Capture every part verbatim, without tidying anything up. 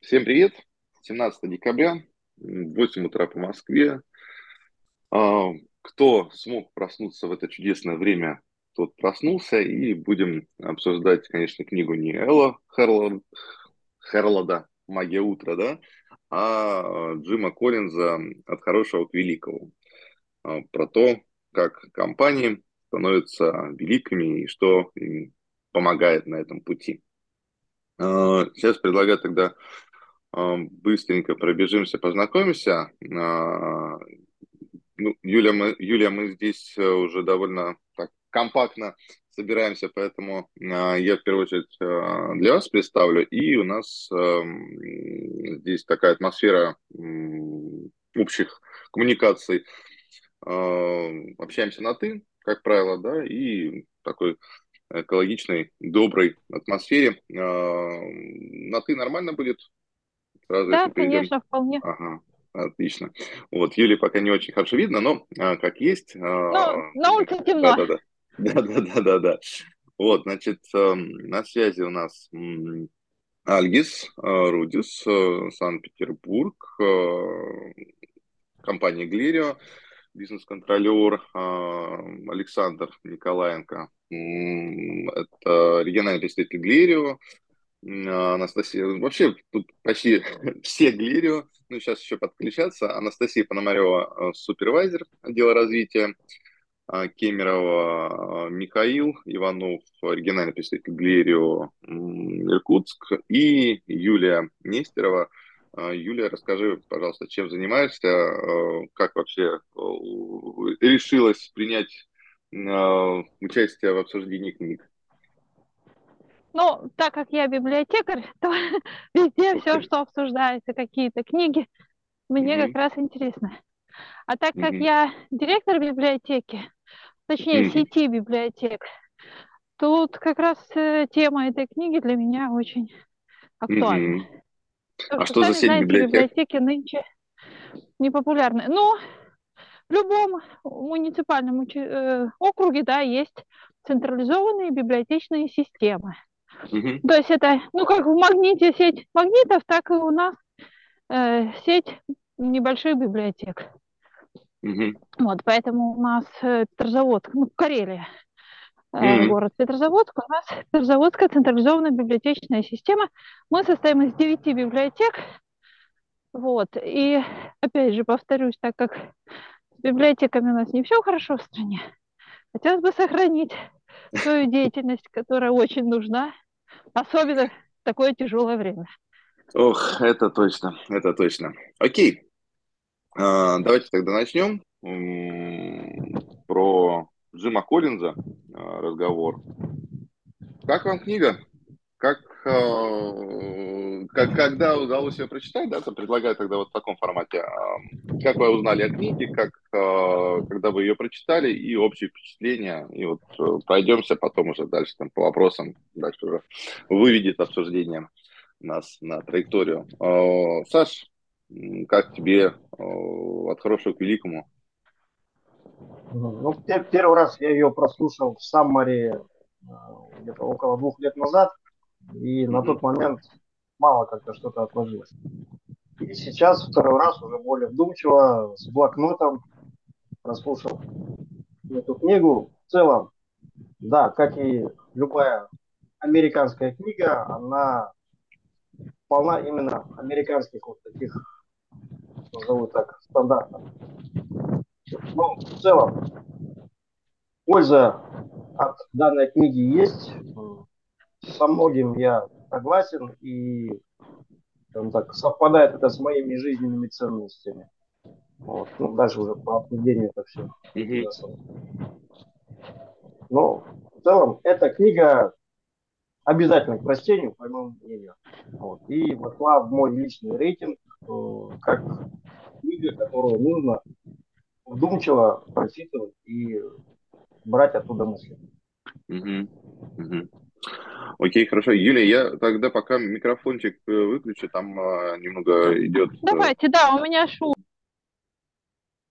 Всем привет! семнадцатое декабря, м, восемь утра по Москве. А, Кто смог проснуться в это чудесное время, тот проснулся, и будем обсуждать, конечно, книгу не Элла Харлан- Харлода «Магия утра», да, а Джима Коллинза «От хорошего к великому». А, Про то, как компании становятся великими и что им помогает на этом пути. А, Сейчас предлагаю тогда а, быстренько пробежимся, познакомимся. А, Ну, Юля, мы, Юля, мы здесь э, уже довольно так компактно собираемся, поэтому а, я в первую очередь а, для вас представлю. И у нас эм, здесь такая атмосфера м, общих коммуникаций. А, Общаемся на «ты», как правило, да, и такой экологичной, доброй атмосфере. А, На «ты» нормально будет? Сразу, если Да, перейдем. конечно, вполне. Ага, отлично. Вот, Юлии пока не очень хорошо видно, но а, как есть. Ну, а, на улице темно. Да-да-да. Да-да-да-да-да. Вот, значит, эм, на связи у нас м, Альгис, а, Рудис, э, Санкт-Петербург, э, компания Глирио, бизнес-контролер а, Александр Николаенко. М, Это региональный представитель Глирио. М, а, Анастасия, вообще тут почти все Глирио, ну сейчас еще подключаться. Анастасия Пономарева, э, супервайзер отдела развития, а, Кемерова, а, Михаил Иванов, региональный представитель Глирио, м, Иркутск, и Юлия Нестерова. А, Юлия, расскажи, пожалуйста, чем занимаешься, э, как вообще э, решилась принять э, участие в обсуждении книг? Ну, так как я библиотекарь, то везде Ух все, ты. что обсуждается, какие-то книги, мне как Мгм, раз интересно. А так как мгм, я директор библиотеки, точнее мгм, сети библиотек, тут как раз э, тема этой книги для меня очень актуальна. мгм. Потому А что, что за сами сеть знаете, библиотек? библиотеки нынче непопулярны. Но в любом муниципальном уче- э, округе, да, есть централизованные библиотечные системы. Мгм, То есть это, ну, как в магните сеть магнитов, так и у нас э, сеть небольших библиотек. мгм, Вот, поэтому у нас э, Петрозаводск, ну, Карелия, э, мгм, город Петрозаводск, у нас Петрозаводская централизованная библиотечная система. Мы состоим из девяти библиотек. Вот, и опять же повторюсь, так как с библиотеками у нас не все хорошо в стране, хотелось бы сохранить свою деятельность, которая очень нужна, особенно в такое тяжелое время. Ох, это точно, это точно. Окей, а, давайте тогда начнем. М, Про Джима Коллинза а, разговор. Как вам книга? Как, а, как, когда удалось ее прочитать, да, то предлагаю тогда вот в таком формате. А, Как вы узнали о книге, как, а, когда вы ее прочитали, и общие впечатления, и вот э, пройдемся потом уже дальше там по вопросам, дальше уже выведет обсуждение нас на траекторию. А, Саш, м, как тебе а, от хорошего к великому? Мгм. Ну, пе- первый раз я ее прослушал в Саммаре э, где-то около двух лет назад, и на Мгм, тот момент мало как-то что-то отложилось. И сейчас второй раз уже более вдумчиво, с блокнотом прослушал эту книгу. В целом, да, как и любая американская книга, она полна именно американских вот таких, назову так, стандартов. Но в целом, польза от данной книги есть. Со многим я согласен и, скажем так, совпадает это с моими жизненными ценностями. Вот. Ну, дальше уже по обсуждению это все мгм, разойдется. Но в целом эта книга обязательно к прочтению, по моему мнению. Вот. И вошла в мой личный рейтинг э, как книга, которую нужно вдумчиво прочитывать и брать оттуда мысли. мгм, мгм. Окей, хорошо. Юлия, я тогда пока микрофончик э, выключу, там а, немного идет. э, Давайте, да, у меня шум.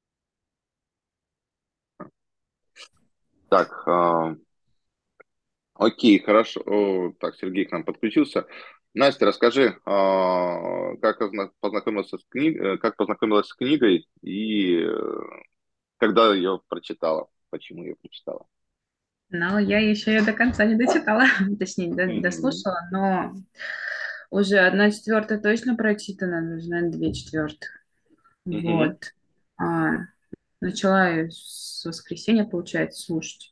Так, а, Окей, хорошо. О, так, Сергей к нам подключился. Настя, расскажи, а, как позна- познакомился с книг, э, как познакомилась с книгой и э, когда ее прочитала, почему ее прочитала? Но я еще ее до конца не дочитала, точнее, не до- Мгм. дослушала, но уже одна четвертая точно прочитана, нужна две четвертых. Мгм. Вот. А, начала ее с воскресенья, получается, слушать.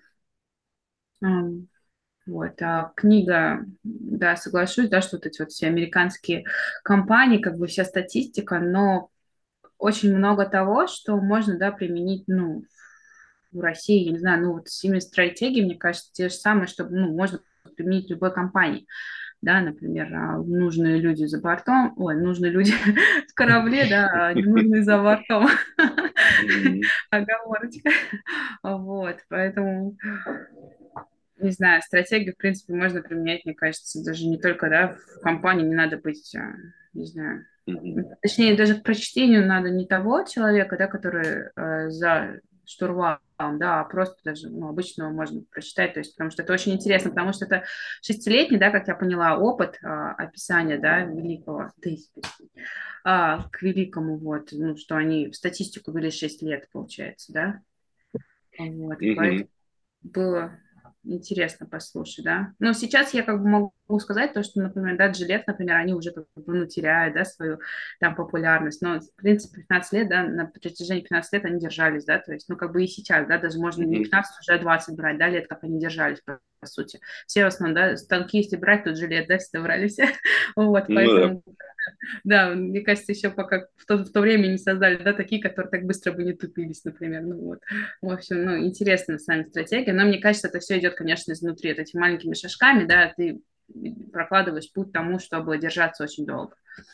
Ам, Вот. А книга, да, соглашусь, да, что вот эти вот все американские компании, как бы вся статистика, но очень много того, что можно, да, применить, ну, в России, я не знаю, ну, вот с теми стратегии, мне кажется, те же самые, чтобы, ну, можно применить в любой компании, да, например, а, нужные люди за бортом, ой, нужные люди в корабле, да, а не нужные за бортом. Мгм. Оговорочка. Вот, поэтому, не знаю, стратегию, в принципе, можно применять, мне кажется, даже не только, да, в компании не надо быть, а, не знаю, Мгм. точнее, даже к прочтению надо не того человека, да, который э, за штурвалом, да, а просто даже, ну, обычного можно прочитать, то есть, потому что это очень интересно, потому что это шестилетний, да, как я поняла, опыт а, описания, да, великого, да, извините, а, к великому, вот, ну, что они в статистику ввели шесть лет, получается, да, вот, Мгм. поэтому было интересно послушать, да. Но сейчас я как бы могу сказать то, что, например, да, Джилет, например, они уже как бы, ну, теряют, да, свою там популярность, но, в принципе, пятнадцать лет, да, на протяжении пятнадцати лет они держались, да, то есть, ну, как бы и сейчас, да, даже можно не Мгм. пятнадцать, уже двадцать брать, да, лет, как они держались, по, по сути. Все в основном, да, станки, если брать, то Джилет, да, все брали все, вот, Ну да. поэтому да, мне кажется, еще пока в то, в то время не создали, да, такие, которые так быстро бы не тупились, например. Ну вот. В общем, ну, интересная с вами стратегия. Но мне кажется, это все идет, конечно, изнутри. Это этими маленькими шажками, да, ты прокладываешь путь к тому, чтобы держаться очень долго.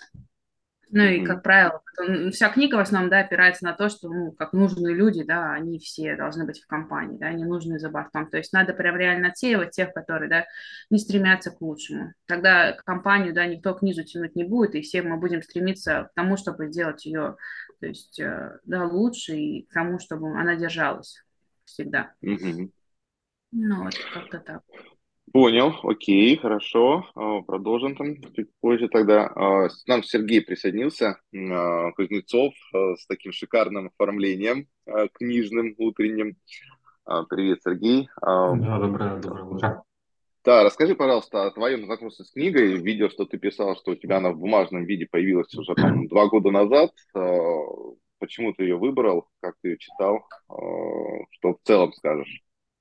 Ну и, Мгм. как правило, потом, вся книга в основном, да, опирается на то, что, ну, как нужные люди, да, они все должны быть в компании, да, не нужны за бортом. То есть надо прям реально отсеивать тех, которые, да, не стремятся к лучшему. Тогда компанию, да, никто к низу тянуть не будет, и все мы будем стремиться к тому, чтобы сделать ее, то есть, э, да, лучше, и к тому, чтобы она держалась всегда. Мгм. Ну, вот, как-то так. Понял, окей, хорошо. А, Продолжим там чуть позже тогда. А, С нам Сергей присоединился, а, Кузнецов, а, с таким шикарным оформлением а, книжным, утренним. А, Привет, Сергей. А, Да, доброе, доброе утро. Да, расскажи, пожалуйста, о твоем знакомстве с книгой. Видел, что ты писал, что у тебя она в бумажном виде появилась уже, по-моему, два года назад. А, Почему ты ее выбрал? Как ты ее читал? А, Что в целом скажешь?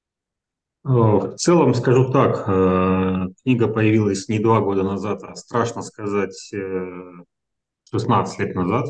Э, В целом скажу так, э, книга появилась не два года назад, а страшно сказать, э, шестнадцать лет назад.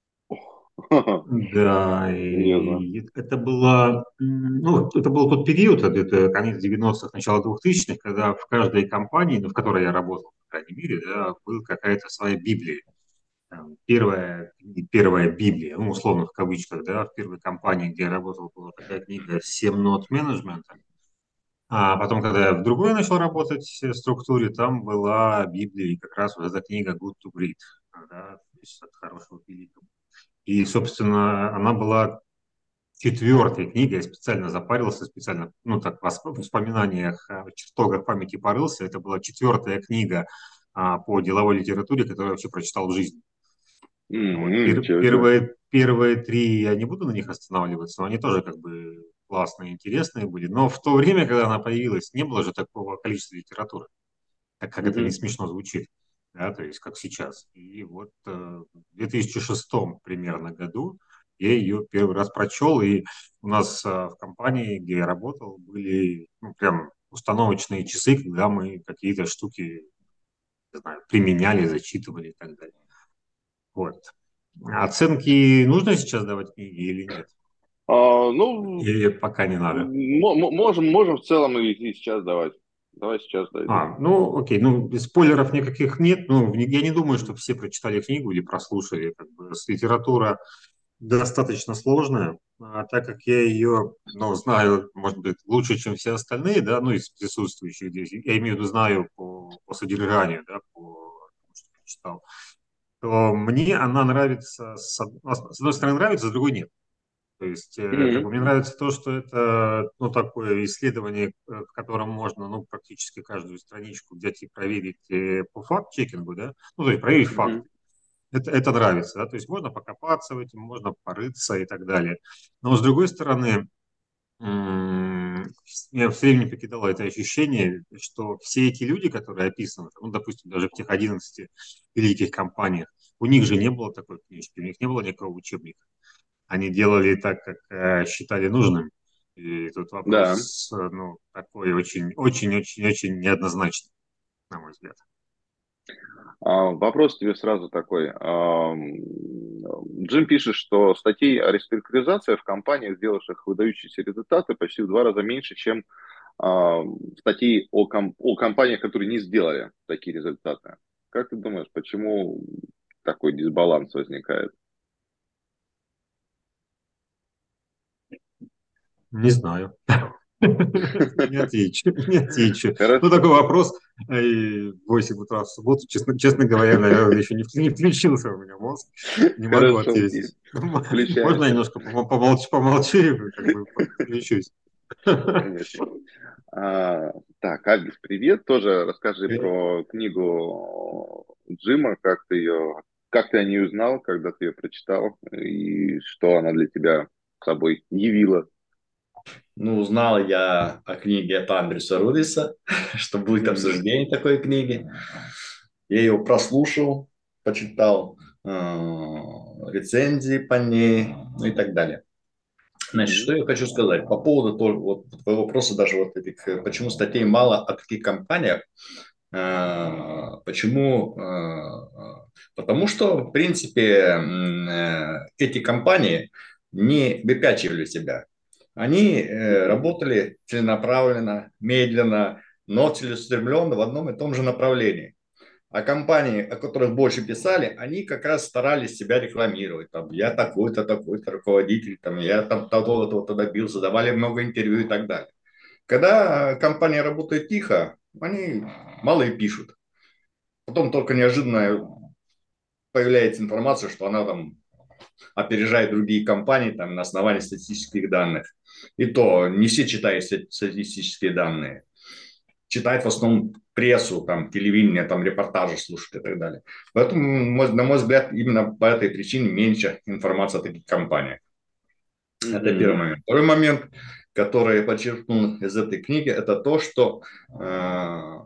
Да, Серьезно. и это было, м, ну, это был тот период, это где-то конец девяностых, начало двухтысячных, когда в каждой компании, ну, в которой я работал, по крайней мере, да, была какая-то своя Библия. Там, Первая, первая Библия, ну, условно в кавычках, да, в первой компании, где я работал, была такая книга «Семь нот менеджмента». А потом, когда я в другой начал работать э, структуре, там была Библия, и как раз вот эта книга «Good to Great», да, то есть от хорошего к великому. И, собственно, она была четвертой книгой, я специально запарился, специально, ну, так, в восп- в воспоминаниях, э, в чертогах памяти порылся. Это была четвертая книга а, по деловой литературе, которую я вообще прочитал в жизни. Вот. М, Пер- Ничего себе. первые, первые три я не буду на них останавливаться, но они тоже как бы классные, интересные были. Но в то время, когда она появилась, не было же такого количества литературы, так как это не Мгм. смешно звучит, да, то есть как сейчас. И вот э, в две тысячи шестом примерно году я ее первый раз прочел, и у нас э, в компании, где я работал, были ну, прям установочные часы, когда мы какие-то штуки, не знаю, применяли, зачитывали и так далее. Вот. Оценки нужно сейчас давать книги или нет? А, ну, Или пока не надо? мо- мо- можем, можем в целом и, и сейчас давать. Давай сейчас дойдем. А, ну, окей, ну, спойлеров никаких нет. Ну, в- я не думаю, что все прочитали книгу или прослушали. Как бы, с- литература достаточно сложная, а так как я ее, ну, знаю, может быть, лучше, чем все остальные, да, ну, из присутствующих здесь, я имею в виду, знаю по, по содержанию, да, по тому, что я читал, то мне она нравится, с, од- с одной стороны нравится, с другой нет. То есть, э, как Мгм. бы мне нравится то, что это, ну, такое исследование, э, в котором можно, ну, практически каждую страничку взять и проверить э, по факт-чекингу, да, ну, то есть проверить Мгм. факты. Это, это нравится, да, то есть можно покопаться в этом, можно порыться и так далее. Но с другой стороны, м, меня все время покидало это ощущение, что все эти люди, которые описаны, ну, допустим, даже в тех одиннадцати великих компаниях, у них же не было такой книжки, у них не было никакого учебника. Они делали так, как э, считали нужным. И тут Да. вопрос, э, ну, такой очень, очень, очень, очень неоднозначный, на мой взгляд. А, вопрос тебе сразу такой. Ам, Джим пишет, что статей о реструктуризации в компаниях, сделавших выдающиеся результаты, почти в два раза меньше, чем а, статей о, ком- о компаниях, которые не сделали такие результаты. Как ты думаешь, почему такой дисбаланс возникает? Не знаю. Не отвечу, не отвечу. Ну, Хорошо, такой вопрос э, в восемь утра в субботу, честно, честно говоря, наверное, еще не, не включился у меня мозг. Не могу хорошо, окей. ответить. Можно я Включаемся, немножко помо- помолчу, помолчу и как бы подключусь? конечно. А, так, Альбис, привет. Тоже расскажи про книгу Джима, как ты ее, как ты о ней узнал, когда ты ее прочитал, и что она для тебя собой явила. Ну, узнал я о книге от Андрюса Рудиса, что будет Мгм. обсуждение такой книги. Я ее прослушал, почитал э, рецензии по ней, ну и так далее. Значит, Мгм. что я хочу сказать по поводу только вот твоего вопроса, даже вот этих, э, почему статей мало о таких компаниях. Э, Почему? Э, Потому что, в принципе, м, э, эти компании не выпячивали себя. Они э, Мгм. работали целенаправленно, медленно, но целеустремленно в одном и том же направлении. А компании, о которых больше писали, они как раз старались себя рекламировать. Там, я такой-то, такой-то руководитель, там, я там того-то, то добился, давали много интервью и так далее. Когда компания работает тихо, они мало и пишут. Потом только неожиданно появляется информация, что она там опережает другие компании там, на основании статистических данных. И то не все читают статистические данные. Читают в основном прессу, там, телевидение, там, репортажи слушают и так далее. Поэтому, на мой взгляд, именно по этой причине меньше информации о таких компаниях. Это первый Мгм. момент. Второй момент, который я подчеркнул из этой книги, это то, что э,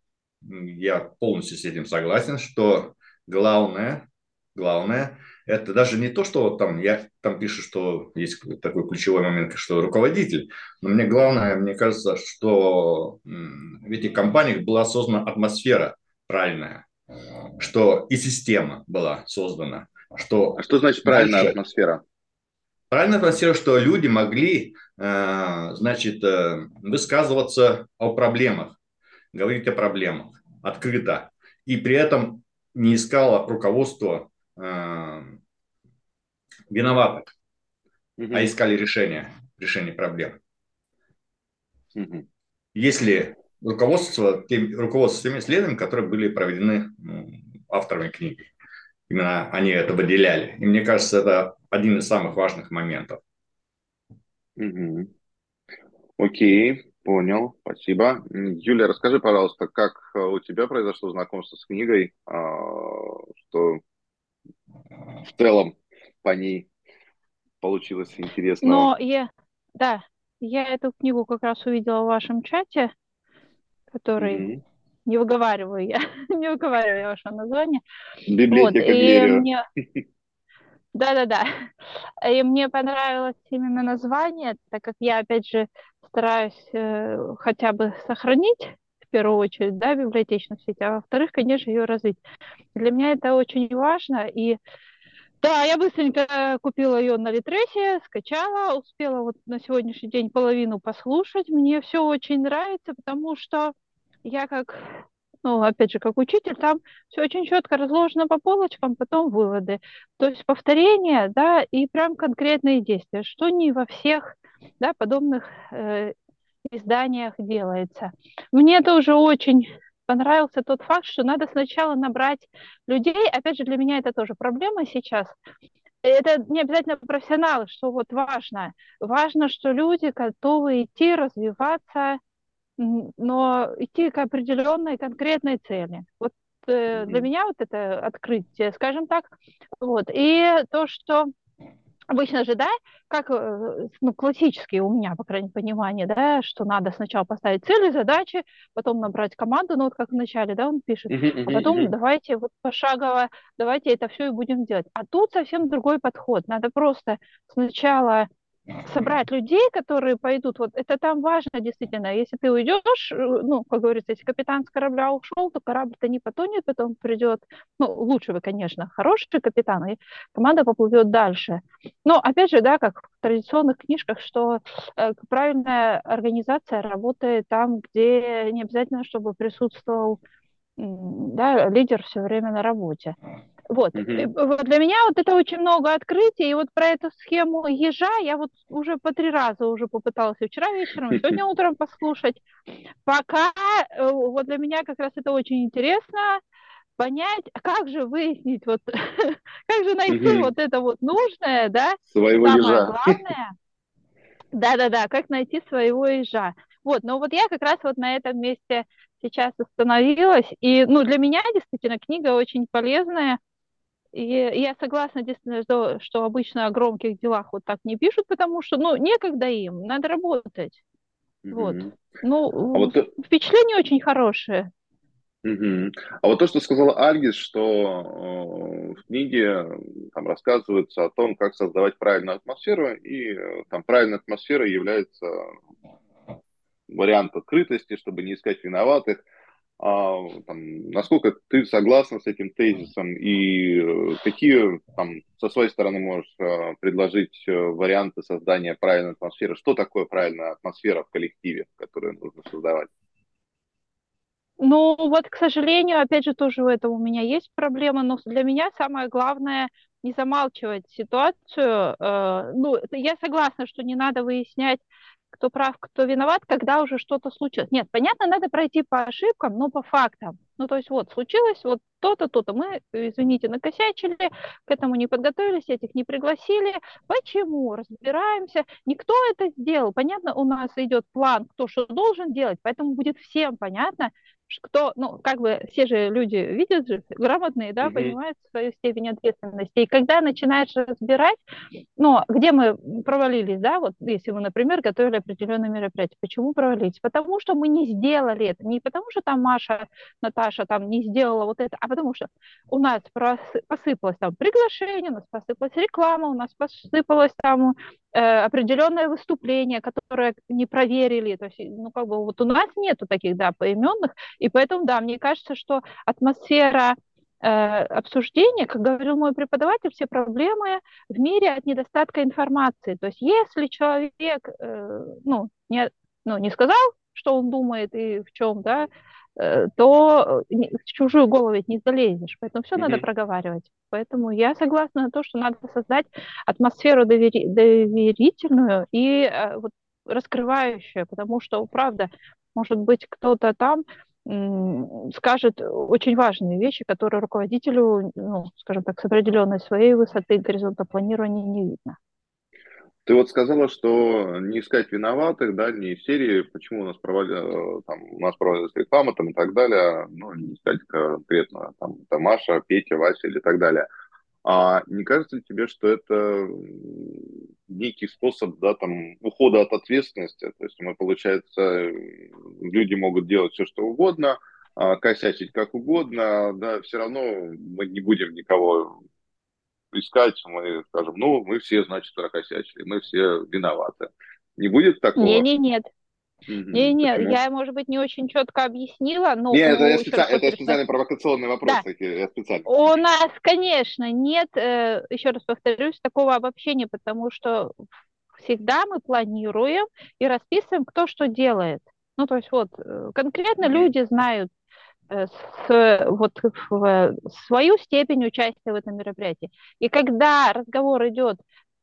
я полностью с этим согласен, что главное, главное, это даже не то, что вот там, я там пишу, что есть такой ключевой момент, что руководитель, но мне главное, мне кажется, что м, в этих компаниях была создана атмосфера правильная, что и система была создана, А что что значит правильная дальше атмосфера? правильная атмосфера, что люди могли, э, значит, э, высказываться о проблемах, говорить о проблемах открыто. И при этом не искала руководство э, виноватых, а Мгм. искали решения, решение проблем. Мгм. Если руководство, тем, руководство теми исследованиями, которые были проведены м, авторами книги, именно они это выделяли. И мне кажется, это один из самых важных моментов. Мгм. Окей, понял, спасибо. М, Юля, расскажи, пожалуйста, как э, у тебя произошло знакомство с книгой, а, что в целом по ней получилось интересного? Но я, да, я эту книгу как раз увидела в вашем чате, который Мгм. не выговариваю я, не выговариваю я ваше название. Вот, Библиотека и Глерио. мне, да-да-да, и мне понравилось именно название, так как я, опять же, стараюсь э, хотя бы сохранить, в первую очередь, да, библиотечную сеть, а во-вторых, конечно, ее развить. Для меня это очень важно, и да, я быстренько купила ее на Литресе, скачала, успела вот на сегодняшний день половину послушать. Мне все очень нравится, потому что я как, ну, опять же, как учитель, там все очень четко разложено по полочкам, потом выводы. То есть повторение, да, и прям конкретные действия, что не во всех, да, подобных э, изданиях делается. Мне тоже очень понравился тот факт, что надо сначала набрать людей. Опять же, для меня это тоже проблема сейчас. это не обязательно профессионалы, что вот важно. Важно, что люди готовы идти, развиваться, но идти к определенной конкретной цели. Вот э, для Мгм. меня вот это открытие, скажем так. Вот. И то, что обычно же, да, как э, ну, классические у меня, по крайней мере, понимание, да, что надо сначала поставить цели, задачи, потом набрать команду, ну вот как в начале, да, он пишет, Мгм, а мгм, потом мгм. давайте вот пошагово, давайте это все и будем делать. А тут совсем другой подход. Надо просто сначала собрать людей, которые пойдут, вот это там важно действительно, если ты уйдешь, э, ну, как говорится, если капитан с корабля ушел, то корабль-то не потонет, потом придет, ну, лучше бы, конечно, хороший капитан, и команда поплывет дальше. Но, опять же, да, как в традиционных книжках, что э, правильная организация работает там, где не обязательно, чтобы присутствовал м, да, лидер все время на работе. Вот. И Мгм. вот для меня вот это очень много открытий. И вот про эту схему ежа я вот уже по три раза уже попыталась и вчера вечером, и сегодня утром послушать. Пока э, вот для меня как раз это очень интересно понять, а как же выяснить вот, как же найти Мгм. вот это вот нужное, да, Своего самое ежа. главное, да-да-да, как найти своего ежа. Вот, но вот я как раз вот на этом месте сейчас остановилась, и, ну, для меня действительно книга очень полезная, и я согласна действительно, что, что обычно о громких делах вот так не пишут, потому что, ну, некогда им, надо работать. Вот. Мгм. А Ну, вот, э, впечатление очень хорошее. мгм. А вот то, что сказала Альгис, что э, в книге э, там рассказывается о том, как создавать правильную атмосферу, и э, там правильной атмосферой является вариант открытости, чтобы не искать виноватых. А, там, насколько ты согласна с этим тезисом и э, какие там со своей стороны можешь э, предложить э, варианты создания правильной атмосферы? Что такое правильная атмосфера в коллективе, которую нужно создавать? Ну, вот, к сожалению, опять же, тоже в этом у меня есть проблема, но для меня самое главное не замалчивать ситуацию. Э, ну, это я согласна, что не надо выяснять, кто прав, кто виноват, когда уже что-то случилось. Нет, понятно, надо пройти по ошибкам, но по фактам. Ну, то есть вот случилось вот то-то, то-то. Мы, извините, накосячили, к этому не подготовились, этих не пригласили. Почему? Разбираемся. Никто это сделал. Понятно, у нас идет план, кто что должен делать, поэтому будет всем понятно, кто, ну, как бы все же люди видят же, грамотные, да, Мгм. понимают свою степень ответственности. И когда начинаешь разбирать, ну, где мы провалились, да, вот если мы, например, готовили определенное мероприятие, почему провалились? Потому что мы не сделали это, не потому что там Маша, Наташа там не сделала вот это, а потому что у нас просы- посыпалось там приглашение, у нас посыпалась реклама, у нас посыпалось там э, определенное выступление, которое не проверили, то есть, ну, как бы вот у нас нету таких, да, поименных, и поэтому, да, мне кажется, что атмосфера э, обсуждения, как говорил мой преподаватель, все проблемы в мире от недостатка информации. То есть если человек э, ну, не, ну, не сказал, что он думает и в чем, да, э, то не- в чужую голову ведь не залезешь. Поэтому все надо Мгм. проговаривать. Поэтому я согласна на то, что надо создать атмосферу довери- доверительную и э, вот, раскрывающую, потому что, правда, может быть, кто-то там м, скажет очень важные вещи, которые руководителю, ну, скажем так, с определенной своей высоты горизонта планирования не видно. Ты вот сказала, что не искать виноватых, да, не из серии, почему у нас проводят, там, у нас проводилась реклама там, и так далее, ну, не искать конкретно там, там Маша, Петя, Вася или так далее. А не кажется ли тебе, что это м, некий способ, да, там, ухода от ответственности? То есть мы, получается, э, люди могут делать все, что угодно, а, косячить как угодно, да, все равно мы не будем никого искать, мы скажем, ну, мы все, значит, прокосячили, мы все виноваты. Не будет такого? Не-не, нет. Мгм. Не-не, Почему? я, может быть, не очень четко объяснила, но Не, это я у, еще раз специально, это я повторюсь, у нас, специальный провокационный вопрос, да, такие, я специально. у нас, конечно, нет, э, еще раз повторюсь, такого обобщения, потому что всегда мы планируем и расписываем, кто что делает. Ну, то есть вот э, конкретно Мгм. люди знают э, с, вот, в, свою степень участия в этом мероприятии. И когда разговор идет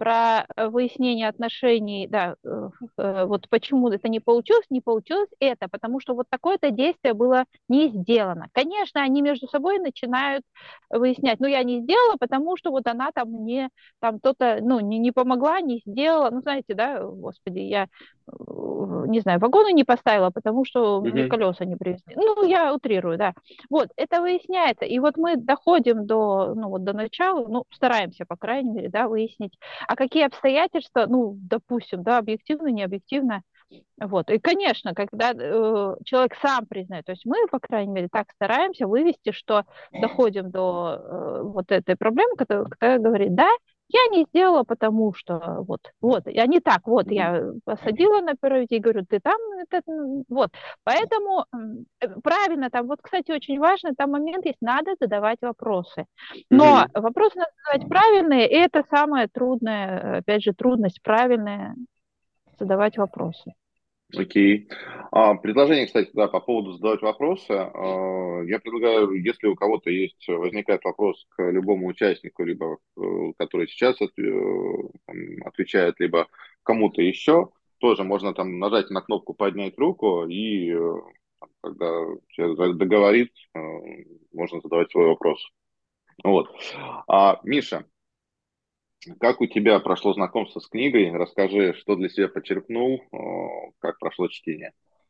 про э, выяснение отношений, да, э, э, вот почему это не получилось, не получилось это, потому что вот такое-то действие было не сделано. Конечно, они между собой начинают выяснять, ну, я не сделала, потому что вот она там мне, там кто-то, ну, не, не помогла, не сделала, ну, знаете, да, господи, я, э, не знаю, вагоны не поставила, потому что мне Мгм. колеса не привезли. Ну, я утрирую, да. Вот, это выясняется, и вот мы доходим до, ну, вот до начала, ну, стараемся, по крайней мере, да, выяснить, а какие обстоятельства, ну, допустим, да, объективно, не объективно, вот. И, конечно, когда э, человек сам признает, то есть мы, по крайней мере, так стараемся вывести, что доходим до э, вот этой проблемы, которая, которая говорит, да, я не сделала, потому что вот, вот, я не так, вот, Мгм. я посадила на первое и говорю, ты там, это, м, вот, поэтому м, э, правильно, там, вот, кстати, очень важно, там момент есть, надо задавать вопросы, но Мгм. вопросы надо задавать правильные, и это самая трудная, опять же, трудность, правильная, задавать вопросы. Окей. А, предложение, кстати, да, по поводу задавать вопросы. А, я предлагаю, если у кого-то есть, возникает вопрос к любому участнику, либо э, который сейчас от- э, там, отвечает, либо кому-то еще, тоже можно там нажать на кнопку «Поднять руку», и э, там, когда человек договорит, э, можно задавать свой вопрос. Вот. А, Миша, как у тебя прошло знакомство с книгой? Расскажи, что для себя почерпнул, э, как прошло чтение.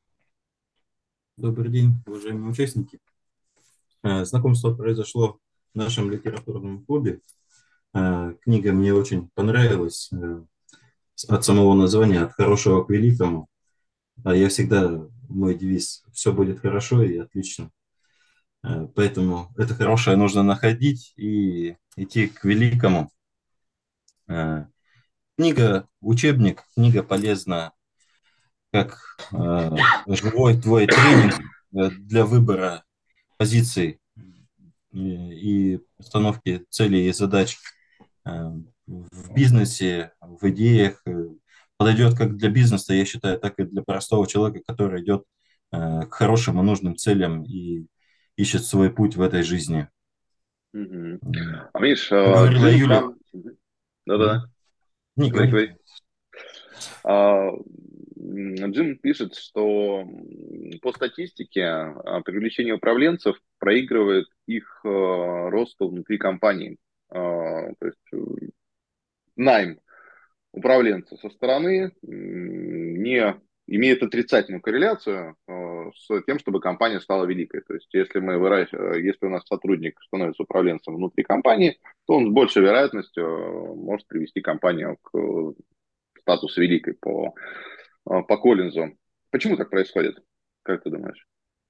Добрый день, уважаемые участники. Э, Знакомство произошло в нашем литературном клубе. Э, Книга мне очень понравилась. э, с- От самого названия, от хорошего к великому. А я всегда, мой девиз, все будет хорошо и отлично. Э, Поэтому это хорошее нужно находить и идти к великому. Э, Книга, учебник, книга полезна как э, живой твой тренинг э, для выбора позиций и постановки целей и задач э, в бизнесе, в идеях. э, Подойдет как для бизнеса, я считаю, так и для простого человека, который идет э, к хорошим и нужным целям и ищет свой путь в этой жизни. Мгм. М, А Миш, Как а, говорила Джим Юлия, там... Мгм. Да-да, м, не говори, говори. говори. А, м, Джим пишет, что м, по статистике а, привлечение управленцев проигрывает их э, росту внутри компании. А, то есть э, найм управленца со стороны м, не имеет отрицательную корреляцию э, с тем, чтобы компания стала великой. То есть, если мы выращ- э, если у нас сотрудник становится управленцем внутри компании, то он с большей вероятностью э, может привести компанию к э, статусу великой по, э, по Коллинзу. Почему так происходит? Как ты думаешь?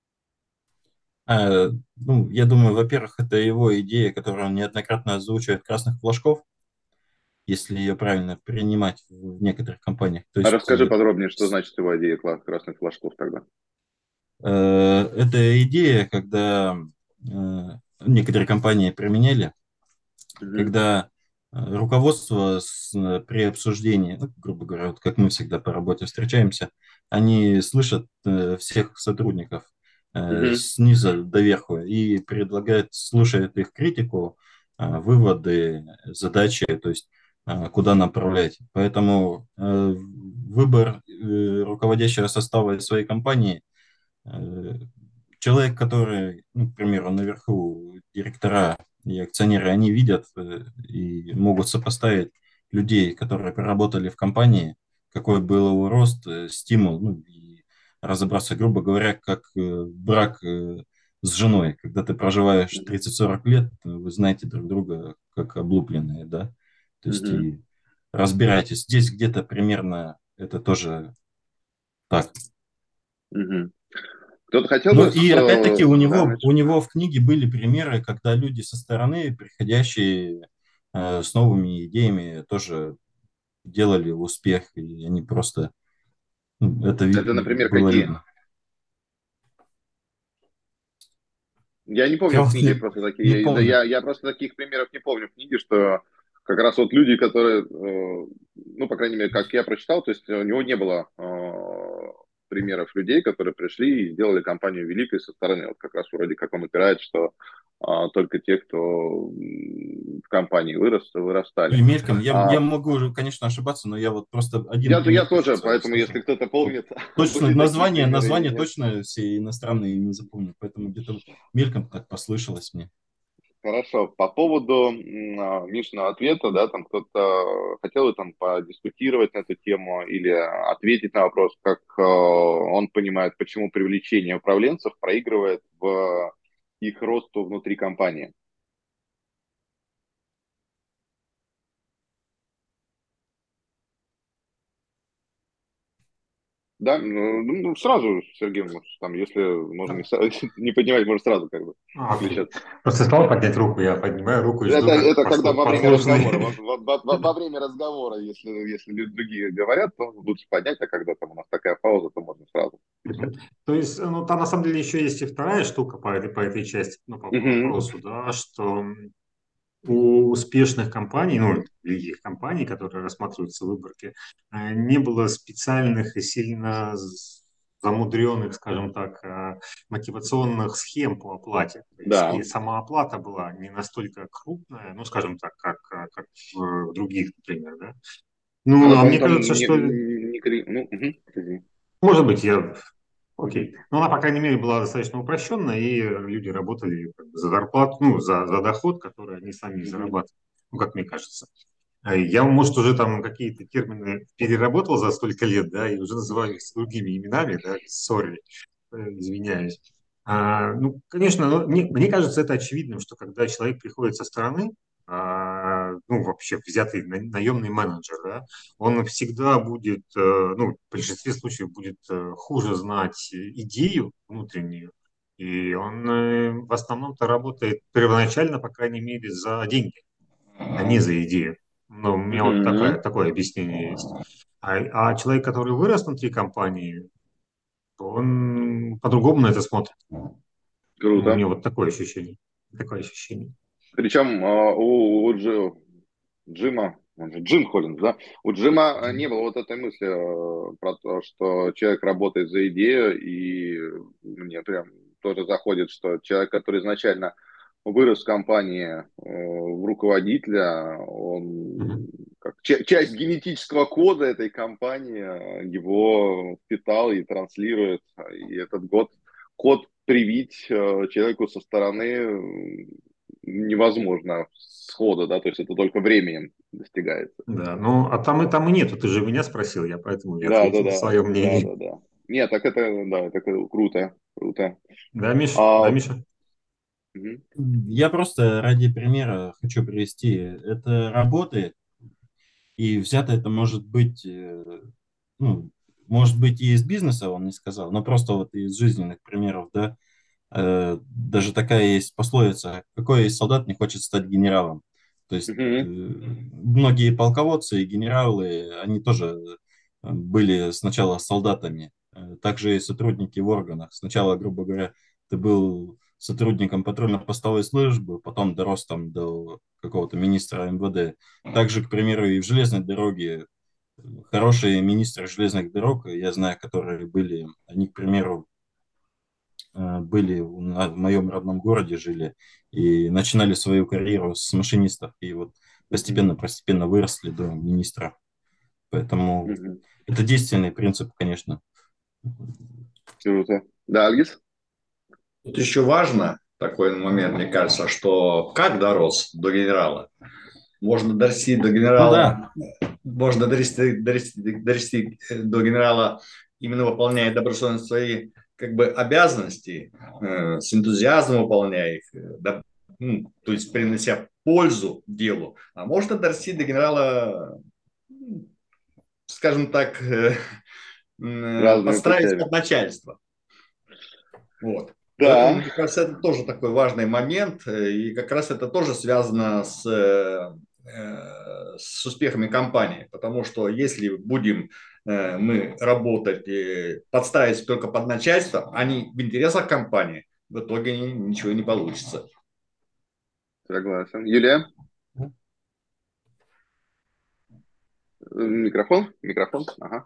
А, ну, я думаю, во-первых, это его идея, которую он неоднократно озвучивает красных флажков, если ее правильно принимать в некоторых компаниях. То А есть расскажи э, подробнее, что значит его идея кла- красных флажков тогда. Э, Это идея, когда э, некоторые компании применяли, Мгм. когда э, руководство с- э, при обсуждении, ну, грубо говоря, вот как мы всегда по работе встречаемся, они слышат э, всех сотрудников э, Мгм. снизу до верху и предлагают, слушают их критику, э, выводы, задачи, то есть э, куда направлять. Поэтому э, выбор э, руководящего состава своей компании Э, человек, который, ну, к примеру, наверху директора и акционеры, они видят э, и могут сопоставить людей, которые проработали в компании, какой был его рост, э, стимул, ну, и разобраться, грубо говоря, как э, брак э, с женой. Когда ты проживаешь тридцать-сорок лет, э, вы знаете друг друга как облупленные, да? То есть Мгм. и разбираетесь. Здесь где-то примерно это тоже так. Мгм. Кто-то хотел Ну бы и с... опять-таки э, у Да, него, Миш? у него в книге были примеры, когда люди со стороны, приходящие э, с новыми идеями, тоже делали успех, и они просто, ну, это ви- Это, например, было какие? видно. Я не Я помню в вот книге не, просто не такие, да, помню. я, я просто таких примеров не помню в книге, что как раз вот люди, которые, э, ну, по крайней мере, как я прочитал, то есть у него не было э, примеров людей, которые пришли и сделали компанию великой со стороны, вот как раз вроде как он упирает, что а, только те, кто м, в компании вырос, Или вырастали. мельком. Я, А, я могу, уже, конечно, ошибаться, но я вот просто один я, я пример, тоже, кажется, поэтому если слышал. кто-то Вот помнит, точно были такие название, примеры или название нет. точно все иностранные не запомню, поэтому где-то мельком так послышалось мне. Хорошо. По поводу м, а, Мишиного ответа, да, там кто-то хотел бы там подискутировать на эту тему или ответить на вопрос, как э, он понимает, почему привлечение управленцев проигрывает в их росту внутри компании. Да, ну, ну, сразу, Сергей, может, там, если можно не, сра- не поднимать, может сразу как бы А, окей. включаться. Просто сказал поднять руку, я поднимаю руку и жду, Это, как это когда послу- во время разговора. Во, послушный. во- во- во- во время разговора, если, если люди другие говорят, то лучше поднять, а когда там у нас такая пауза, то можно сразу Мгм. включать. То есть, ну, там на самом деле еще есть и вторая штука по этой, по этой части, ну, по, по Мгм. вопросу, да, что у успешных компаний, ну, великих компаний, которые рассматриваются в выборке, э, не было специальных и сильно з- замудренных, скажем так, э, мотивационных схем по оплате. То есть и Да. сама оплата была не настолько крупная, ну, скажем так, как, э, как в других, например, да. Ну, Она, а по-моему, мне там кажется, не, что, не кри- ну, мгм, извини. может быть, я Мгм. окей. Но она, по крайней мере, была достаточно упрощенная, и люди работали как бы за зарплату, ну, за, за доход, который они сами Мгм. зарабатывают, ну, как мне кажется. А Я, может, уже там какие-то термины переработал за столько лет, да, и уже называю их с другими именами, да, сори, э, извиняюсь. А, ну, конечно, ну, мне, мне кажется, это очевидным, что когда человек приходит со стороны, а, ну, вообще взятый на- наемный менеджер, да, он всегда будет, э, ну, в большинстве случаев будет э, хуже знать идею внутреннюю, и он э, в основном-то работает первоначально, по крайней мере, за деньги, а не за идею. Ну, у меня вот такая, Мгм. такое объяснение есть. А, а человек, который вырос внутри компании, то он по-другому на это смотрит. Ну, у Круто. меня вот такое ощущение. Такое ощущение. Причем а, у, у Джи- Джима, он же Джим Холлинс, да, у Джима а, не было вот этой мысли а, про то, что человек работает за идею, и мне прям тоже заходит, что человек, который изначально вырос в компании э, в руководителя, он Мгм. как ча- часть генетического кода этой компании э, его впитал и транслирует. И этот год, код привить э, человеку со стороны э, невозможно сходу, да, то есть это только временем достигается. Да, ну, а там и там и нету. Ты же меня спросил, я поэтому и Да, да, ответил да, свое да, мнение. да, да. Нет, так это, да, это круто, круто. Да, Миш? А, Да, Миша? мгм, Я просто ради примера хочу привести. Это работает, и взято это может быть, э, ну, может быть и из бизнеса, он не сказал, но просто вот из жизненных примеров, да. Э, даже такая есть пословица: какой солдат не хочет стать генералом? То есть э, мгм, многие полководцы и генералы, они тоже э, были сначала солдатами. Э, также и сотрудники в органах. Сначала, грубо говоря, ты был сотрудником патрульно-постовой службы, потом дорос там до какого-то министра эм вэ дэ. Также, к примеру, и в железной дороге э, хорошие министры железных дорог, я знаю, которые были, они, к примеру, э, были у- на- в моем родном городе, жили и начинали свою карьеру с машинистов, и вот мгм, постепенно-постепенно выросли до министра. Поэтому мгм. это действенный принцип, конечно. Круто. Да, Альгис? Тут еще важно такой момент, мне кажется, что как дорос до генерала? Можно дорасти до Ну генерала, да, можно дорасти, дорасти, дорасти до генерала, именно выполняя добросовестно свои как бы обязанности, э, с энтузиазмом выполняя их, э, да, ну, то есть принося пользу делу. А можно дорасти до генерала, м, скажем так, э, э, Разными подстраиваясь путями. под начальство. Вот. Поэтому, Да. мне кажется, это тоже такой важный момент, э, и как раз это тоже связано с, э, э, с успехами компании, потому что если будем э, мы работать, э, подставить только под начальство, а не в интересах компании, в итоге ни- ничего не получится. Согласен. Юлия? Э, Микрофон? Микрофон? Ага.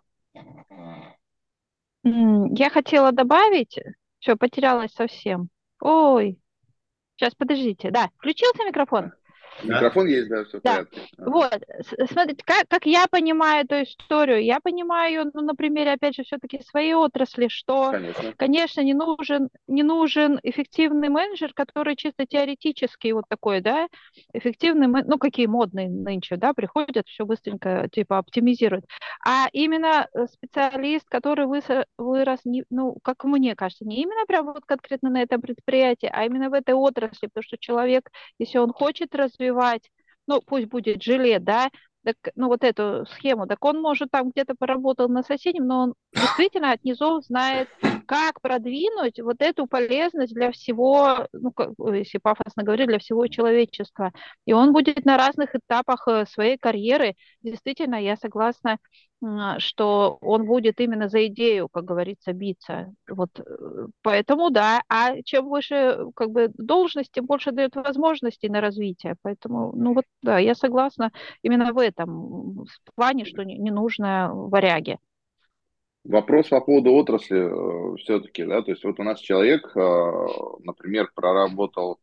М, Я хотела добавить, все, потерялась совсем. Ой, Сейчас, подождите. Да, включился микрофон? Микрофон есть, да, все в Да, порядке. Ага. вот, с- смотрите, как, как я понимаю эту историю, я понимаю ее, ну, на примере, опять же, все-таки своей отрасли, что, Конечно. конечно, не нужен, не нужен эффективный менеджер, который чисто теоретически вот такой, да, эффективный, мен- ну, какие модные нынче, да, приходят, все быстренько, типа, оптимизируют, а именно э, специалист, который выс- вырос, не- ну, как мне кажется, не именно прям вот конкретно на этом предприятии, а именно в этой отрасли, потому что человек, если он хочет развивать, ну, пусть будет жилет, да, так, ну, вот эту схему, так он, может, там где-то поработал на соседнем, но он действительно от низов знает, как продвинуть вот эту полезность для всего, ну, как, если пафосно говорить, для всего человечества. И он будет на разных этапах э, своей карьеры. Действительно, я согласна, м, что он будет именно за идею, как говорится, биться. Вот, э, поэтому да. А чем выше как бы должность, тем больше дает возможностей на развитие. Поэтому, ну вот, да, я согласна именно в этом в плане, что не, не нужно варяги. Вопрос по поводу отрасли все-таки, да, то есть вот у нас человек, э, например, проработал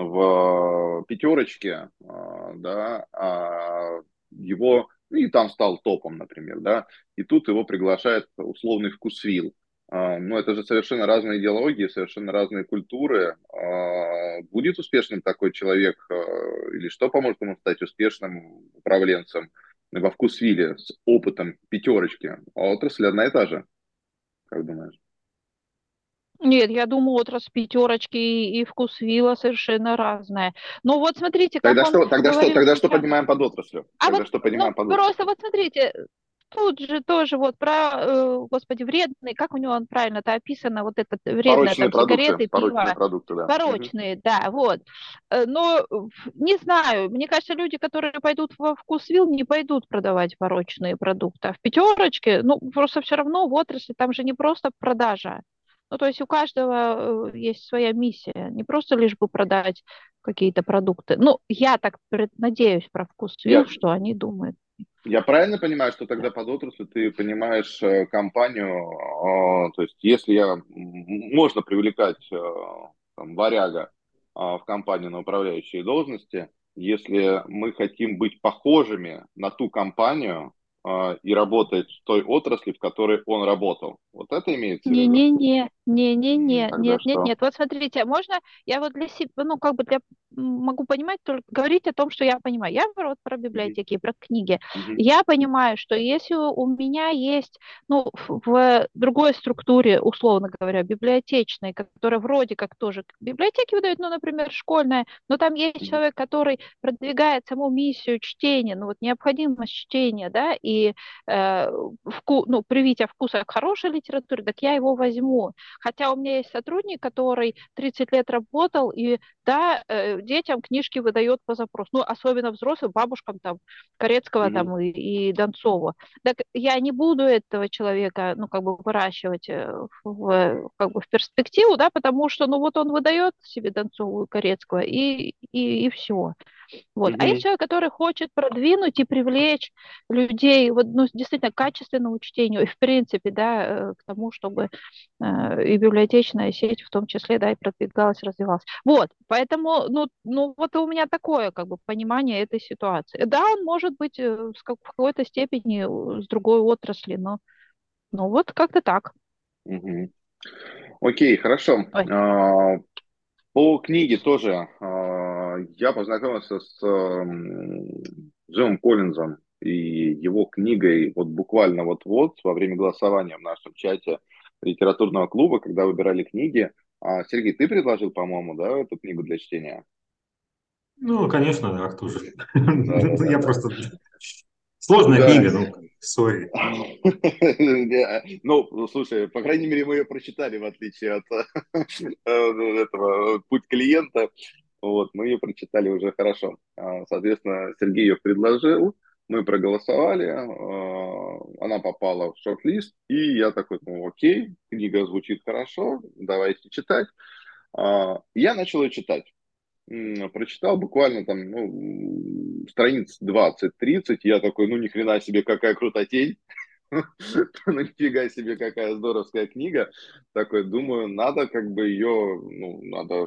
в пятерочке, э, да, а его, ну, и там стал топом, например, да, и тут его приглашает условный вкусвилл. А, Ну, это же совершенно разные идеологии, совершенно разные культуры. А, Будет успешным такой человек, э, или что поможет ему стать успешным управленцем во вкусвилле с опытом пятерочки? А отрасль одна и та же, как думаешь? Нет, я думаю, отрасль пятерочки и, и вкусвилла совершенно разная. Но вот смотрите, как Тогда он что, тогда что, говорил тогда что сейчас. понимаем под отраслью? А вот, Тогда что ну, понимаем под просто отраслью? вот смотрите, тут же тоже вот про, э, господи, вредный, как у него он правильно-то описано, вот этот вредное, Порочные там, продукты, сигареты, порочные пиво, продукты, да. Мгм. порочные, да, вот. Э, Но э, не знаю, мне кажется, люди, которые пойдут во вкусвилл, не пойдут продавать порочные продукты. А в пятерочке, ну, просто все равно в отрасли, там же не просто продажа. Ну, то есть у каждого э, есть своя миссия, не просто лишь бы продать какие-то продукты. Ну, я так пред- надеюсь про вкусвилл, Я, что они думают. я правильно понимаю, что тогда под отраслью ты понимаешь э, компанию, э, то есть если я, м, можно привлекать э, там, варяга э, в компанию на управляющие должности, если мы хотим быть похожими на ту компанию э, и работать в той отрасли, в которой он работал. Вот это имеется в виду? Не-не-не, М, не-не-не, Тогда нет, нет, что? нет. Вот смотрите, а можно я вот для себя, ну, как бы для, м, могу понимать, только говорить о том, что я понимаю. Я говорю вот про Мгм. библиотеки, про книги. Мгм. Я понимаю, что если у у меня есть, ну, в в другой структуре, условно говоря, библиотечной, которая вроде как тоже библиотеки выдают, ну, например, школьная, но там есть Мгм. человек, который продвигает саму миссию чтения, ну, вот необходимость чтения, да, и э, вку, ну, привитие вкуса к хорошей литературе, так я его возьму. Хотя у меня есть сотрудник, который тридцать лет работал, и да, э, детям книжки выдает по запросу, ну, особенно взрослым, бабушкам там, Корецкого Мгм. там и, и Донцова. Так я не буду этого человека, ну, как бы выращивать э, в, как бы в перспективу, да, потому что, ну, вот он выдает себе Донцову и Корецкого, и, и, и все. Вот. А есть Мгм. человек, который хочет продвинуть и привлечь людей вот, ну, действительно к качественному чтению и, в принципе, да, э, к тому, чтобы э, и библиотечная сеть в том числе, да, и продвигалась, развивалась. Вот, поэтому, ну, ну, вот у меня такое, как бы, понимание этой ситуации. Да, он может быть э, с как- в какой-то степени э, с другой отрасли, но, ну, вот как-то так. Мгм. Окей, хорошо. Ой. А, По книге тоже а, я познакомился с м, Джимом Коллинзом и его книгой вот буквально вот-вот во время голосования в нашем чате литературного клуба, когда выбирали книги. А, Сергей, ты предложил, по-моему, да, эту книгу для чтения? Ну, конечно, да, кто же. Да, да, Я да, просто... Сложная да. книга, ну, сори. Не, Ну, слушай, по крайней мере, мы ее прочитали, в отличие от э, этого «Путь клиента». Вот, мы ее прочитали уже хорошо. А, Соответственно, Сергей ее предложил, мы проголосовали, а, она попала в шорт-лист, и я такой, ну, окей, книга звучит хорошо, давайте читать. А, Я начал ее читать. М, Прочитал буквально там, ну, страниц двадцать-тридцать, я такой, ну, ни хрена себе, какая крутотень. Ну, нифига себе, какая здоровская книга. Такой, думаю, надо как бы ее, ну, надо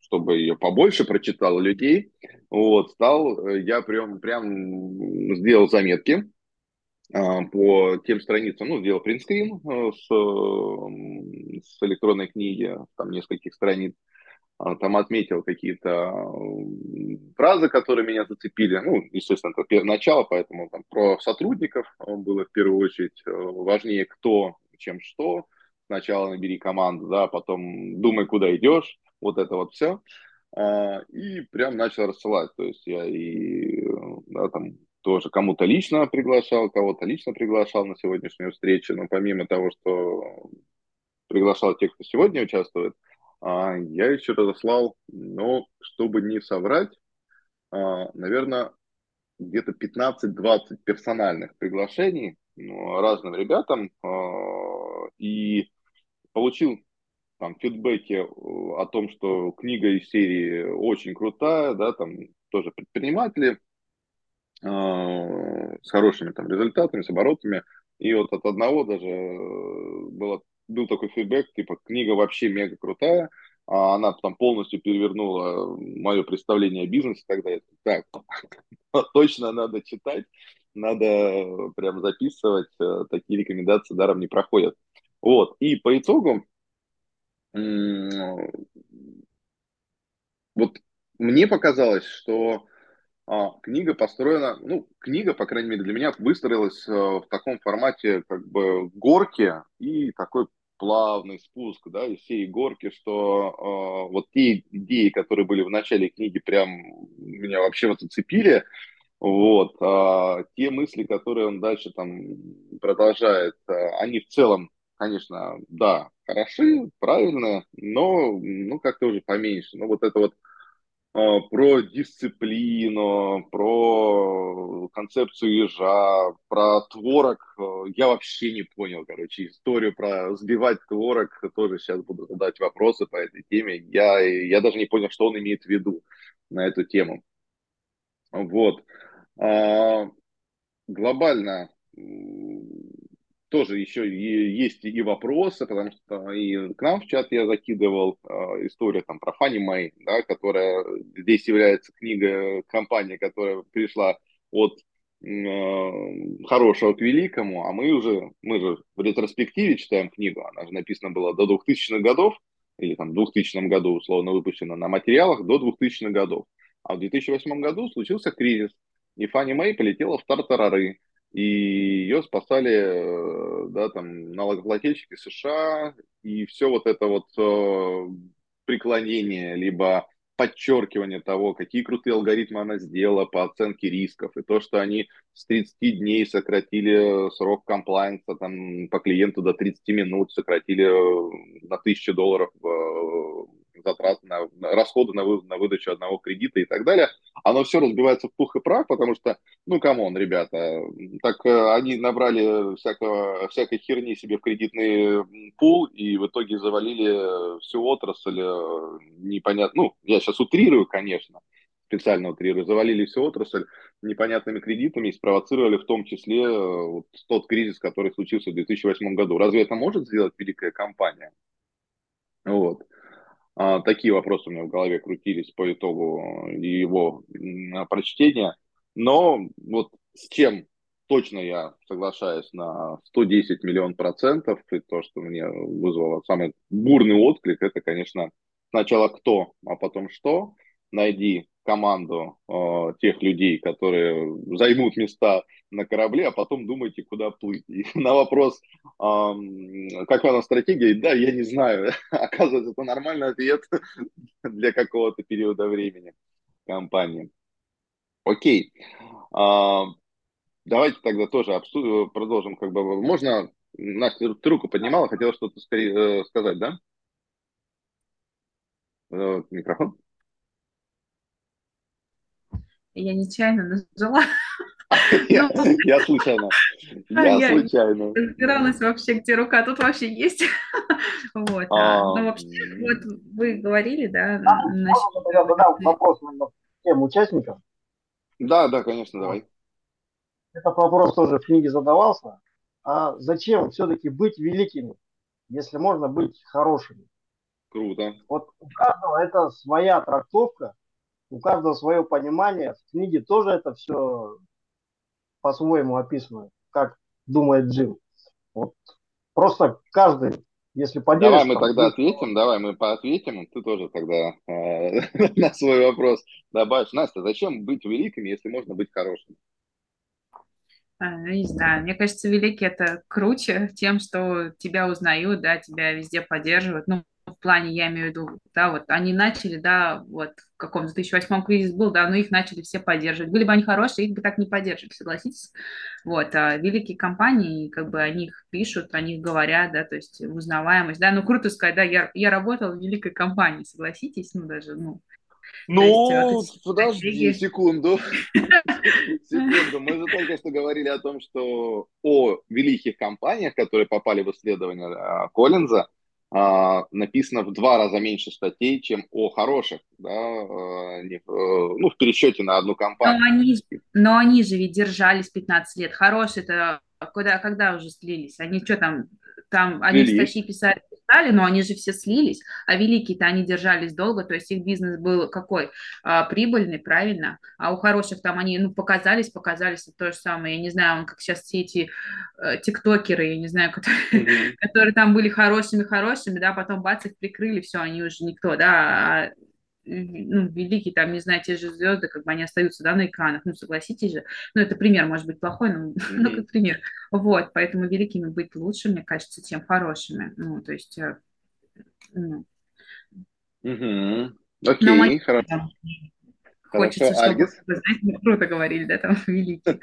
чтобы ее побольше прочитало людей, вот, стал, э, я прям, прям сделал заметки а, по тем страницам, ну, сделал принтскрин э, с, э, с электронной книги, там нескольких страниц, а, там отметил какие-то м, фразы, которые меня зацепили. Ну, естественно, это первое начало, поэтому там про сотрудников э, было в первую очередь э, важнее кто, чем что. Сначала набери команду, да, потом думай, куда идешь, вот это вот все. И прям начал рассылать. То есть я и э, да, там тоже кому-то лично приглашал, кого-то лично приглашал на сегодняшнюю встречу. Но помимо того, что приглашал тех, кто сегодня участвует, а, я еще разослал, но чтобы не соврать, а, наверное, где-то пятнадцать-двадцать персональных приглашений, ну, разным ребятам, а, и получил там фидбэки э, о том, что книга из серии очень крутая, да, там тоже предприниматели э, с хорошими там результатами, с оборотами. И вот от одного даже э, было, был такой фидбэк, типа, книга вообще мега крутая, а она там полностью перевернула мое представление о бизнесе и так далее. Так, точно надо читать, надо прям записывать, э, такие рекомендации даром не проходят. Вот, и по итогу, м, вот мне показалось, что а, книга построена, ну, книга, по крайней мере, для меня выстроилась э, в таком формате как бы горки и такой плавный спуск, да, из всей горки, что э, вот те идеи, которые были в начале книги, прям меня вообще вот зацепили, вот, а те мысли, которые он дальше там продолжает, э, они в целом, конечно, да, хороши, правильные, но, ну, как-то уже поменьше. Ну, вот это вот а, про дисциплину, про концепцию ежа, про творог. э, Я вообще не понял, короче, историю про сбивать творог. Тоже сейчас буду задать вопросы по этой теме. Я, я даже не понял, что он имеет в виду на эту тему. Вот. А, глобально м, тоже еще и есть и вопросы, потому что и к нам в чат я закидывал э, историю там про Fannie Mae, да, которая здесь является книга компании, которая пришла от э, хорошего к великому, а мы уже, мы же в ретроспективе читаем книгу, она же написана была до двухтысячных годов, или там в двухтысячном году условно выпущена на материалах до двухтысячных годов. А в две тысячи восьмом году случился кризис, и Фанни Мэй полетела в тартарары, и ее спасали, э, да, там, налогоплательщики США, и все вот это вот э, преклонение, либо подчеркивание того, какие крутые алгоритмы она сделала по оценке рисков, и то, что они с тридцати дней сократили срок комплайнса там, по клиенту до тридцати минут, сократили э, на тысячу долларов э, затрат на, на расходы на, вы, на выдачу одного кредита и так далее, оно все разбивается в пух и прах, потому что, ну, камон, ребята, так э, они набрали всякого, всякой херни себе в кредитный пул и в итоге завалили всю отрасль, э, непонятно, ну, я сейчас утрирую, конечно, специально утрирую, завалили всю отрасль непонятными кредитами и спровоцировали в том числе э, вот тот кризис, который случился в две тысячи восьмом году. Разве это может сделать великая компания? Вот. А, такие вопросы у меня в голове крутились по итогу его м, прочтения. Но вот с чем точно я соглашаюсь на сто десять миллион процентов, и то, что мне вызвало самый бурный отклик, это, конечно, сначала кто, а потом что. Найди команду э, тех людей, которые займут места на корабле, а потом думайте, куда плыть. И на вопрос, Ам, какая у нас стратегия? Да, я не знаю. Оказывается, это нормальный ответ для какого-то периода времени компании. Окей. А, давайте тогда тоже обсудим, продолжим. Как бы, можно, Настя, ты руку поднимала, хотела что-то скорее, э, сказать, да? Э, микрофон. Я нечаянно нажала. Я, Ну, я случайно. а Я я не случайно. разбиралась вообще, где рука. Тут вообще есть. Вот. а, А, Ну, вообще, вот вы говорили, да, насчет... Можно тогда задам вопрос наверное, всем участникам? да, да, конечно, Вот. давай. Этот вопрос тоже в книге задавался. А зачем все-таки быть великими, если можно быть хорошими? Круто. Вот у каждого это своя трактовка, у каждого свое понимание. В книге тоже это все по-своему описано, как думает Джим. Вот просто каждый, если Давай поделишься мы там, тогда будет ответим, давай мы поответим, ты тоже тогда э, на свой вопрос добавишь. Настя, зачем быть великими, если можно быть хорошим? А, ну, не знаю, мне кажется, великий это круче тем, что тебя узнают, да, тебя везде поддерживают. Ну, в плане, я имею в виду, да, вот они начали, да, вот в каком-то две тысячи восьмом кризис был, да, но их начали все поддерживать. Были бы они хорошие, их бы так не поддерживали, согласитесь? Вот, а великие компании, как бы, о них пишут, о них говорят, да, то есть узнаваемость, да, ну, круто сказать, да, я, я работал в великой компании, согласитесь, ну, даже, ну, то есть вот Ну, эти подожди стратегии. секунду. Секунду, мы же только что говорили о том, что о великих компаниях, которые попали в исследование а, Коллинза, а, написано в два раза меньше статей, чем о хороших, да, а, не- э, ну, в пересчете на одну Но компанию. они, ж- но они же ведь держались пятнадцать лет. Хорошие-то когда, когда уже слились? Они что там, там, они в Слились. статьи писали, писали, но они же все слились, а великие-то они держались долго, то есть их бизнес был какой? А, прибыльный, правильно? А у хороших там они, ну, показались, показались, это то же самое. Я не знаю, он как сейчас все эти э, тиктокеры, я не знаю, которые, Мгм. которые там были хорошими-хорошими, да, потом бац, их прикрыли, все, они уже никто, да, а ну, великие, там, не знаю, те же звезды, как бы они остаются, да, на экранах, ну, согласитесь же, ну, это пример, может быть, плохой, но, но Мгм. как пример, вот, поэтому великими быть лучше, мне кажется, чем хорошими, ну, то есть, э, ну, Мгм. но мои, Окей, хоро- там, хочется, хорошо. чтобы, Альгис? вы знаете, мы круто говорили, да, там, великие.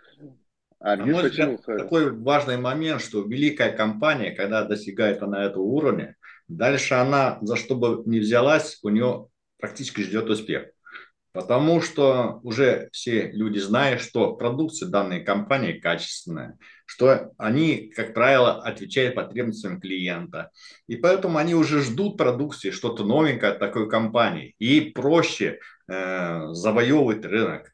На Альгис, мой почему? взгляд, такой важный момент, что великая компания, когда достигает она этого уровня, дальше она, за что бы ни взялась, у нее практически ждет успех. Потому что уже все люди знают, что продукция данной компании качественная, что они, как правило, отвечают потребностям клиента. И поэтому они уже ждут продукции, что-то новенькое от такой компании. И проще э, завоевывать рынок.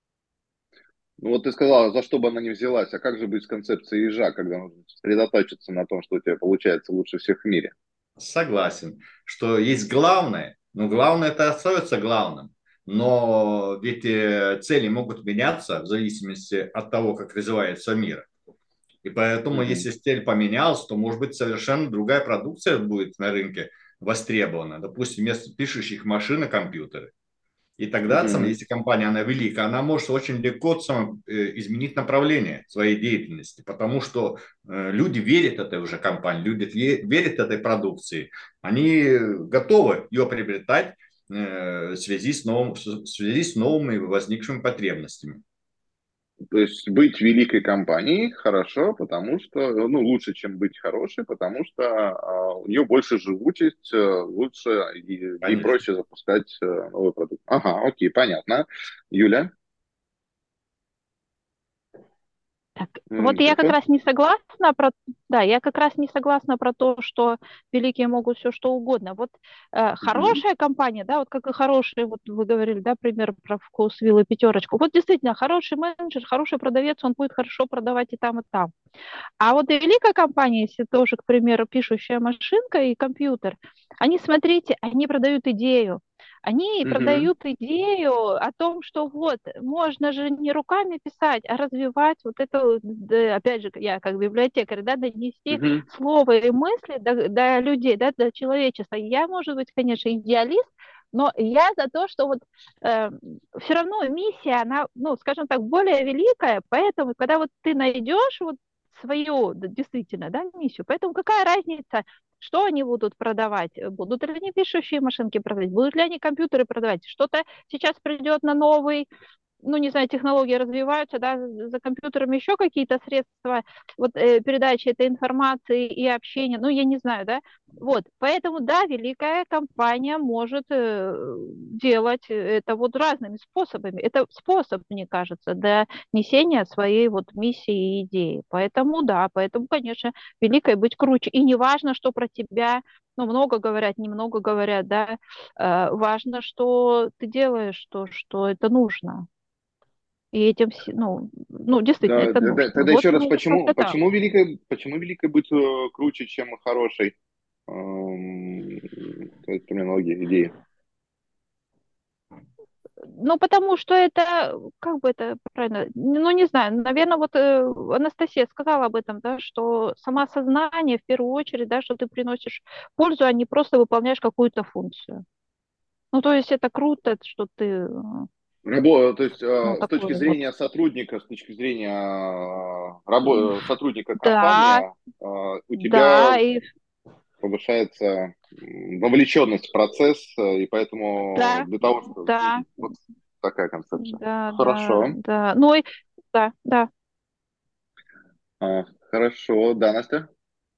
Ну вот ты сказала, за что бы она ни взялась, а как же быть с концепцией ежа, когда нужно сосредоточиться на том, что у тебя получается лучше всех в мире? Согласен, что есть главное, но главное это остается главным. Но ведь э, цели могут меняться в зависимости от того, как развивается мир. И поэтому, Мгм. если стиль поменялся, то, может быть, совершенно другая продукция будет на рынке востребована. Допустим, вместо пишущих машин и компьютеры. И тогда, сам, Мгм. если компания, она велика, она может очень легко сам, э, изменить направление своей деятельности, потому что э, люди верят этой уже компании, люди ве- верят этой продукции, они готовы ее приобретать э, в связи с, новым, в связи с новыми возникшими потребностями. То есть быть великой компанией хорошо, потому что, ну, лучше, чем быть хорошей, потому что а, у нее больше живучесть, э, лучше и ей Конечно. проще запускать э, новый продукт. Ага, окей, понятно. Юля, Так, э, вот я как микрофон. раз не согласна про, да, я как раз не согласна про то, что великие могут все что угодно. Вот э, Мгм. хорошая компания, да, вот как и хорошие, вот вы говорили, да, пример про вкусвилл и пятерочку. Вот действительно, хороший менеджер, хороший продавец, он будет хорошо продавать и там, и там. А вот и великая компания, если тоже, к примеру, пишущая машинка и компьютер, они, смотрите, они продают идею. Они Мгм. продают идею о том, что вот, можно же не руками писать, а развивать вот это, вот, да, опять же, я как библиотекарь, да, донести Мгм. слово и мысли до, до людей, да, до человечества. Я, может быть, конечно, идеалист, но я за то, что вот э, все равно миссия, она, ну, скажем так, более великая, поэтому, когда вот ты найдешь вот свою, да, действительно, да, миссию. Поэтому какая разница, что они будут продавать? Будут ли они пишущие машинки продавать? Будут ли они компьютеры продавать? Что-то сейчас придет на новый, ну, не знаю, технологии развиваются, да, за компьютером еще какие-то средства вот, э, передачи этой информации и общения, ну, я не знаю, да, вот, поэтому, да, великая компания может э, делать это вот разными способами, это способ, мне кажется, для несения своей вот миссии и идеи, поэтому, да, поэтому, конечно, великой быть круче, и не важно, что про тебя, ну, много говорят, немного говорят, да, э, важно, что ты делаешь то, что это нужно. И этим, все- ну, ну, действительно, Да, это да, да, нужно. тогда Вот, еще раз, ну, почему, как-то так. почему великой, почему великой быть э, круче, чем хорошей? Эм, твоей терминологии, идеи? Ну, потому что это, как бы это правильно, ну, не знаю, наверное, вот э, Анастасия сказала об этом, да, что самоосознание в первую очередь, да, что ты приносишь пользу, а не просто выполняешь какую-то функцию. Ну, то есть это круто, что ты, э, Рабо- то есть, ну, э, с точки такой вот. зрения сотрудника, с точки зрения э, рабо- сотрудника Да, компании, э, у тебя да, и повышается м, вовлеченность в процесс, э, и поэтому да, для того, что да, вот такая концепция. да, да, Хорошо. да. Ну, и да, да. А, хорошо. Да, Настя,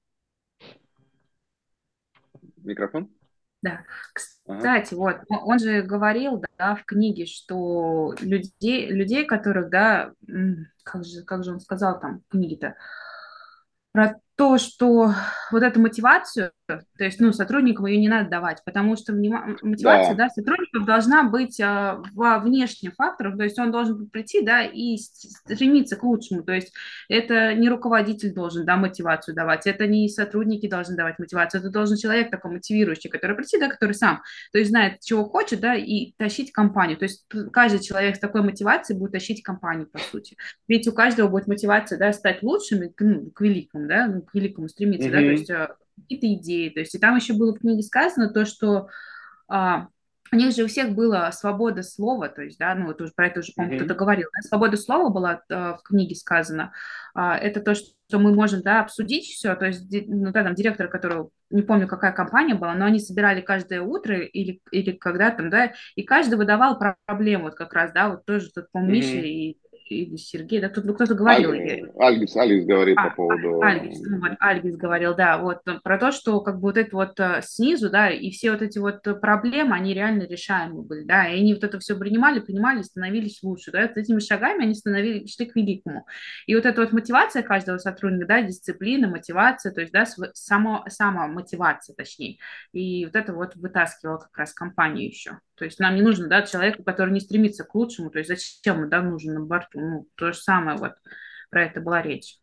микрофон. Да. Ага. Кстати, вот о- он же говорил, да, в книге, что людей, людей, которых, да, м, как же, как же он сказал там в книге-то, про то, что вот эту мотивацию, то есть, ну, сотрудникам ее не надо давать, потому что внима- мотивация, Да. да, сотрудников должна быть а, во внешних факторах, то есть он должен прийти, да, и с- стремиться к лучшему, то есть это не руководитель должен, да, мотивацию давать, это не сотрудники должны давать мотивацию, это должен человек такой мотивирующий, который прийти, да, который сам, то есть знает, чего хочет, да, и тащить компанию, то есть каждый человек с такой мотивацией будет тащить компанию, по сути. Ведь у каждого будет мотивация, да, стать лучшим, и, ну, к великому, да, ну, к великому стремиться, да, то Мгм. есть э, какие-то идеи, то есть и там еще было в книге сказано то, что а, у них же у всех была свобода слова, то есть, да, ну, вот уже про это уже, по-моему, кто-то Мгм. говорил, да, свобода слова была э, в книге сказано. А, это то, что мы можем, да, обсудить все, то есть, ди- ну, да, там, директор, которого, не помню, какая компания была, но они собирали каждое утро или, или когда там, да, и каждый выдавал про- проблему, вот как раз, да, вот тоже тут, по Миша Мгм. и, или Сергей, да, тут ну, кто-то говорил, Аль- Альгис, Альгис говорит по а, а, поводу... Альгис, ну вот, Альгис говорил, да, вот э, про то, что как бы вот это вот э, снизу, да, и все вот эти вот э, проблемы, они реально решаемы были, да, и они вот это все принимали, принимали, становились лучше, да, вот этими шагами они становились, шли к великому. И вот эта вот мотивация каждого сотрудника, да, дисциплина, мотивация, то есть, да, св- само, сама мотивация, точнее, и вот это вот вытаскивало как раз компанию еще. То есть нам не нужно, да, человеку, который не стремится к лучшему, то есть зачем он, да, нужен на борту, ну, то же самое вот, про это была речь.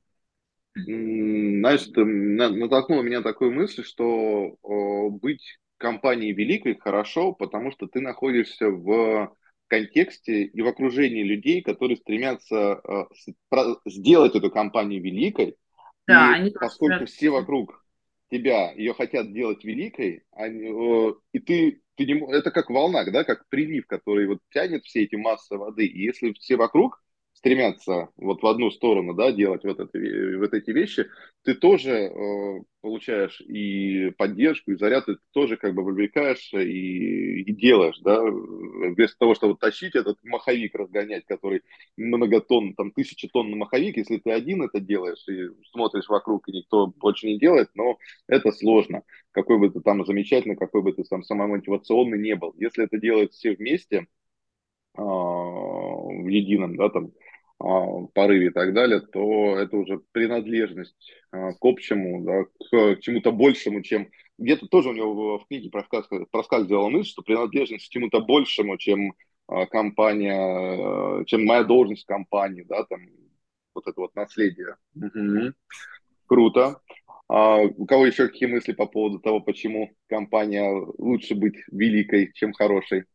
М, Знаешь, это на- натолкнуло меня такую мысль, что о, быть компанией великой хорошо, потому что ты находишься в контексте и в окружении людей, которые стремятся э, с- про- сделать эту компанию великой, Да, и они тоже поскольку все стараются. вокруг тебя ее хотят делать великой, они, э, и ты, ты не, мо- это как волна, да, как прилив, который вот тянет все эти массы воды, и если все вокруг стремятся вот в одну сторону, да, делать вот, это, ве- вот эти вещи, ты тоже э, получаешь и поддержку, и заряд, и ты тоже как бы вовлекаешься и, и делаешь, да, вместо того, чтобы тащить этот маховик, разгонять, который многотонн, там, тысячи тонн на маховик, если ты один это делаешь и смотришь вокруг, и никто больше не делает, но это сложно. Какой бы ты там замечательный, какой бы ты там самомотивационный не был. Если это делают все вместе, а, в едином, да, там, а, порыве и так далее, то это уже принадлежность а, к общему, да, к, к чему-то большему, чем... Где-то тоже у него в книге проскальзывала проскальзывала мысль, что принадлежность к чему-то большему, чем а, компания, э, чем моя должность в компании, да, там, вот это вот наследие. Мгм. Круто. А у кого еще какие мысли по поводу того, почему компания лучше быть великой, чем хорошей?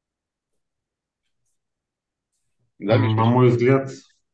Да, Миш, На Миш? мой взгляд,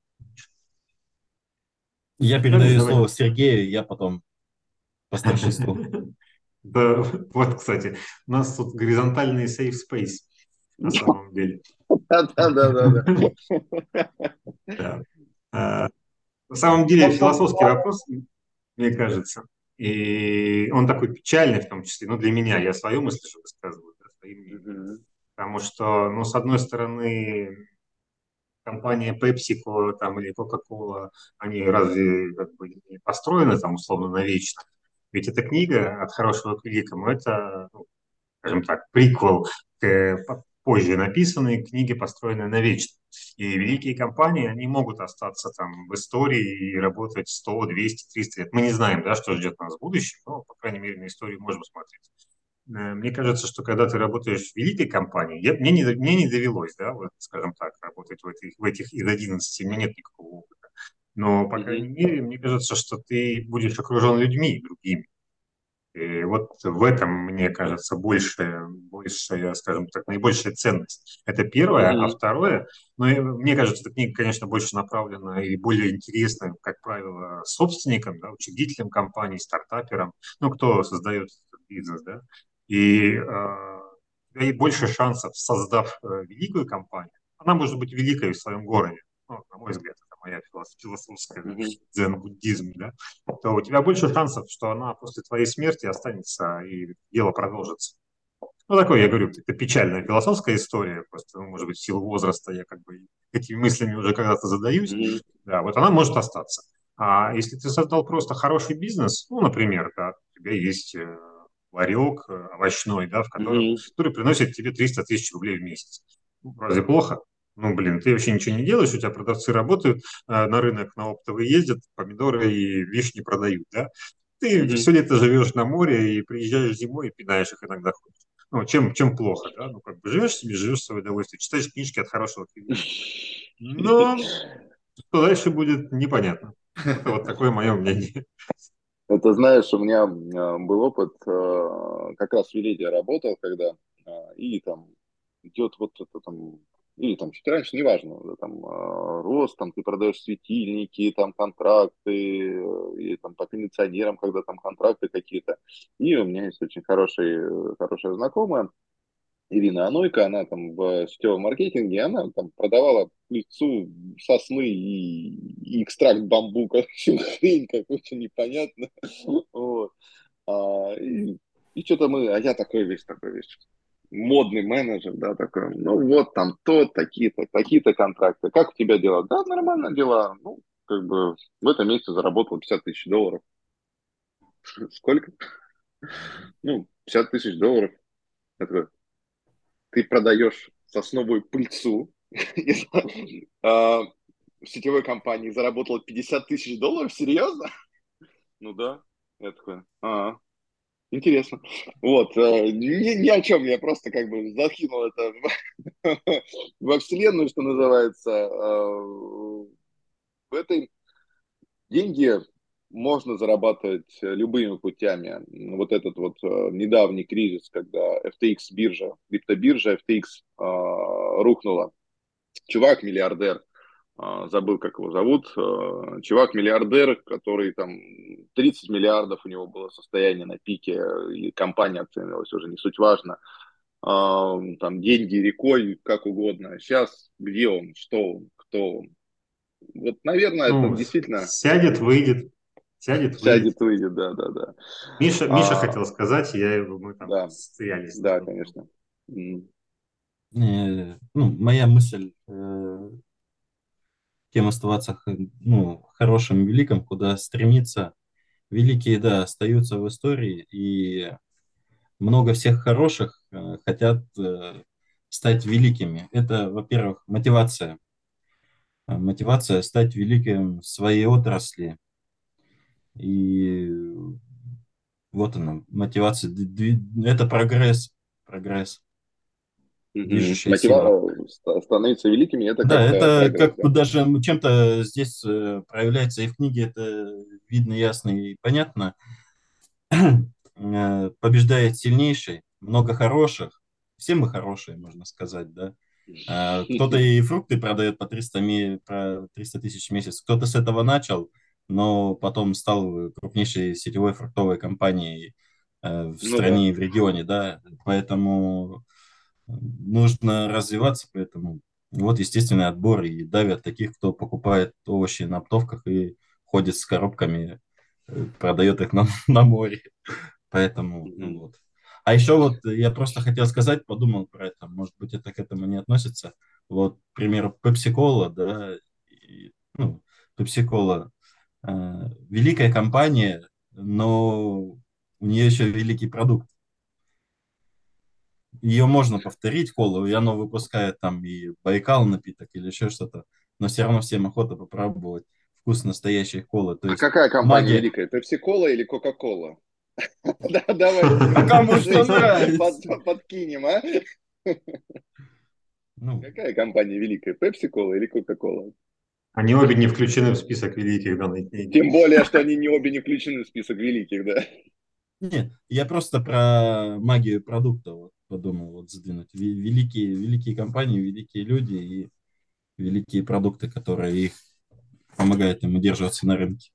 Я да, Миш, передаю давай. слово Сергею, я потом по старшинству. Да, вот, кстати, у нас тут горизонтальный safe space на самом деле. Да, да, да, да, да. Да. А, На самом деле философский вопрос, мне кажется, и он такой печальный в том числе, ну, для меня, я свою мысль что высказываю, да, свои мнения. Мгм. Потому что, ну, с одной стороны, компания PepsiCo там, или Coca-Cola, они разве как бы не построены там условно навечно? Ведь эта книга «От хорошего к великому» — это, ну, скажем так, приквел к э, по- позже написанной книге, построенной навечно. И великие компании, они могут остаться там в истории и работать сто, двести, триста лет. Мы не знаем, да, что ждет нас в будущем, но, по крайней мере, на историю можем смотреть. Э, Мне кажется, что когда ты работаешь в великой компании, я, мне, не, мне не довелось, да, вот, скажем так, работать в этих, в этих из одиннадцати, у меня нет никакого опыта. Но, по крайней Мгм. мере, мне кажется, что ты будешь окружен людьми другими. И вот в этом, мне кажется, больше, больше, скажем так, наибольшая ценность. Это первое. А Мгм. второе, ну, и мне кажется, эта книга, конечно, больше направлена и более интересна, как правило, собственникам, да, учредителям компаний, стартаперам, ну, кто создает этот бизнес, да. И э, у тебя есть больше шансов, создав э, великую компанию. Она может быть великой в своем городе, ну, на мой взгляд, это моя филос- философская, да, Мгм. дзен-буддизм, да, то у тебя больше шансов, что она после твоей смерти останется и дело продолжится. Ну, такое, я говорю, это печальная философская история, просто, ну, может быть, в силу возраста я как бы этими мыслями уже когда-то задаюсь. Мгм. Да, вот она может остаться. А если ты создал просто хороший бизнес, ну, например, да, у тебя есть э, ларек э, овощной, да, в котором, Мгм. который приносит тебе триста тысяч рублей в месяц. Ну, разве плохо? Ну, блин, ты вообще ничего не делаешь, у тебя продавцы работают, э, на рынок на оптовые ездят, помидоры и вишни продают, да? Ты Мгм. все лето живешь на море и приезжаешь зимой и пинаешь их иногда. Ну, чем, чем плохо, да? Ну, как бы живешь себе, живешь в свое удовольствие, читаешь книжки от хорошего кривителя. Но что дальше будет, непонятно. Это вот такое мое мнение. Это, знаешь, у меня а, был опыт, а, как раз в Велиде я работал, когда а, и там идет вот это там, или там чуть раньше, неважно, да, там а, рост, там ты продаешь светильники, там контракты, э, или там по кондиционерам, когда там контракты какие-то. И у меня есть очень хороший, э, хорошая знакомая, Ирина Анойко, она там в сетевом маркетинге, она там продавала пыльцу сосны и, и экстракт бамбука, всю хрень какую-то непонятно. Вот. А, и, и что-то мы, а я такой весь, такой весь модный менеджер, да, такой, ну вот там то, такие-то, такие-то контракты. Как у тебя дела? Да, нормально дела. Ну, как бы в этом месяце заработал пятьдесят тысяч долларов. Сколько? Ну, пятьдесят тысяч долларов. Я такой, ты продаешь сосновую пыльцу, а, в сетевой компании заработал пятьдесят тысяч долларов? Серьезно? Ну да. Я такой, а, интересно. Вот, э, ни, ни о чем, я просто как бы закинул это во вселенную, что называется. Э, В этой деньги можно зарабатывать любыми путями. Вот этот вот э, недавний кризис, когда эф ти экс биржа, криптобиржа эф ти экс э, рухнула, чувак миллиардер, а, забыл, как его зовут, а, чувак-миллиардер, который там тридцать миллиардов у него было состояние на пике, и компания оценивалась уже, не суть важно. А, там деньги рекой, как угодно. Сейчас где он, что он, кто он? Вот, наверное, это Ну, действительно сядет, выйдет, сядет, выйдет. сядет, выйдет, да, да, да. Миша, Миша А, хотел сказать, я, его- мы там да, сцеплялись на да, тот. конечно. М. Э, ну, моя мысль, э, кем оставаться, х- ну, хорошим, великим, куда стремиться. Великие, да, остаются в истории, и много всех хороших э, хотят э, стать великими. Это, во-первых, мотивация. Э, Мотивация стать великим в своей отрасли. И вот она, мотивация. Д- дви- Это прогресс, прогресс, Мгм. движущая сила. Мотива... ст- становиться великими, это Да, как э, это прогресс, как да? бы даже чем-то здесь э, проявляется и в книге, это видно ясно и понятно. Э, Побеждает сильнейший, много хороших, все мы хорошие, можно сказать, да. А, Кто-то и фрукты продает по триста, ми- по триста тысяч в месяц, кто-то с этого начал, но потом стал крупнейшей сетевой фруктовой компанией э, в Ну да. стране и в регионе, да, поэтому нужно развиваться, поэтому вот естественный отбор и давят таких, кто покупает овощи на оптовках и ходит с коробками, э, продает их на, на море. Поэтому, ну Мгм. вот. А еще вот я просто хотел сказать, подумал про это, может быть, это к этому не относится. Вот, к примеру, Pepsi-Cola, да, и, ну, Pepsi-Cola, э, великая компания, но у нее еще великий продукт. Ее можно повторить, колу, и оно выпускает там и Байкал напиток или еще что-то, но все равно всем охота попробовать вкус настоящей колы. То А есть какая компания магия, великая? Пепси-кола или Кока-кола? Да, давай а кому уже что себе под- нравится. подкинем, а? Ну, Какая компания великая? Пепси-кола или Кока-кола? Они обе не включены в список великих в данной книге. Тем более, что они не обе не включены в список великих, да? Нет, я просто про магию продукта вот подумал вот сдвинуть. Ве- Великие, великие компании, великие люди и великие продукты, которые их помогают им удерживаться на рынке.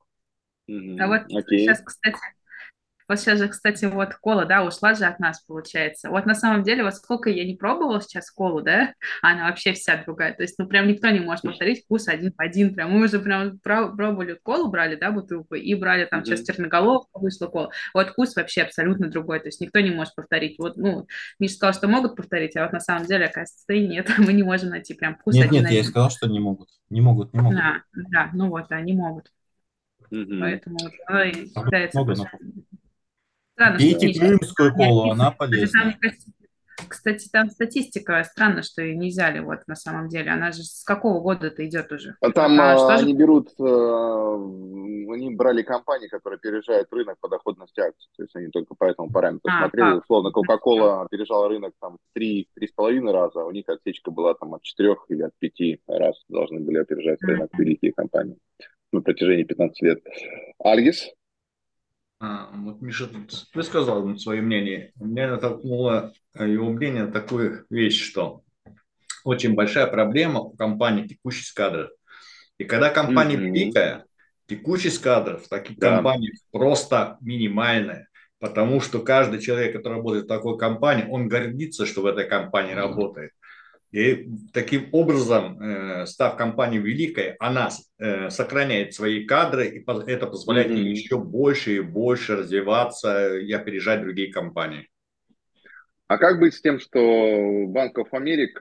А вот Мгм. сейчас, Окей. кстати, вот сейчас же, кстати, вот кола, да, ушла же от нас, получается. Вот на самом деле, вот сколько я не пробовала сейчас колу, да, она вообще вся другая. То есть, ну, прям никто не может повторить вкус один в один. Прям мы уже прям про- пробовали колу, брали, да, бутылку, и брали там сейчас Мгм. черноголовку, вышла кола. Вот вкус вообще абсолютно другой. То есть никто не может повторить. Вот, ну, Миша сказал, что могут повторить, а вот на самом деле, оказывается, и нет. Мы не можем найти прям вкус Нет, один нет, я и один. сказал, что не могут. Не могут, не могут. Да, да, ну вот, да, не могут. Мгм. Поэтому вот оно и Продуктов считается много, просто но странно, что пейте они сейчас крымскую не колу, она описывают. Кстати, там, мне полезная. кажется, кстати, там статистика странно, что ее не взяли вот на самом деле. Она же с какого года-то идет уже? А Вот там она же а, тоже... они берут, а, они брали компании, которые опережают рынок по доходности акций. То есть они только по этому параметру А, смотрели. как? Условно, Coca-Cola опережала рынок там в три, три с половиной раза, а у них отсечка была там от четырех или от пяти раз должны были опережать рынок Мгм. великие компании на протяжении пятнадцати лет. Альгис? А, вот Миша тут высказал свое мнение. Меня натолкнуло э, его мнение на такую вещь, что очень большая проблема у компании текущесть кадров. И когда компания Мгм. великая, текучесть кадров в таких Да. компаниях просто минимальная. Потому что каждый человек, который работает в такой компании, он гордится, что в этой компании работает. И таким образом, э, став компанией великой, она э, сохраняет свои кадры, и это позволяет ей Мгм. еще больше и больше развиваться и опережать другие компании. А как быть с тем, что Bank of America,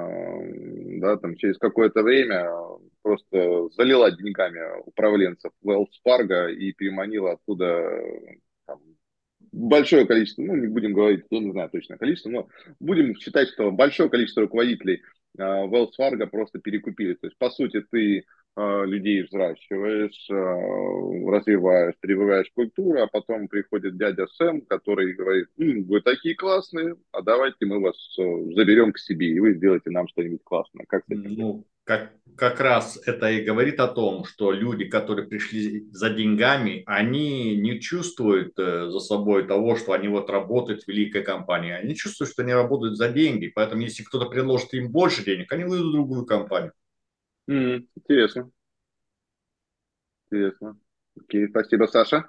м, да, там через какое-то время просто залила деньгами управленцев Wells Fargo и переманила оттуда э, там, большое количество, ну, не будем говорить, я не знаю точное количество, но будем считать, что большое количество руководителей э, Wells Fargo просто перекупили. То есть, по сути, ты э, людей взращиваешь, э, развиваешь, прививаешь культуру, а потом приходит дядя Сэм, который говорит: «М, вы такие классные, а давайте мы вас э, заберем к себе, и вы сделаете нам что-нибудь классное». Как с этим быть? Ну, как, как раз это и говорит о том, что люди, которые пришли за деньгами, они не чувствуют э, за собой того, что они вот работают в великой компании. Они чувствуют, что они работают за деньги. Поэтому, если кто-то предложит им больше денег, они выйдут в другую компанию. М, интересно, интересно. Окей, спасибо, Саша.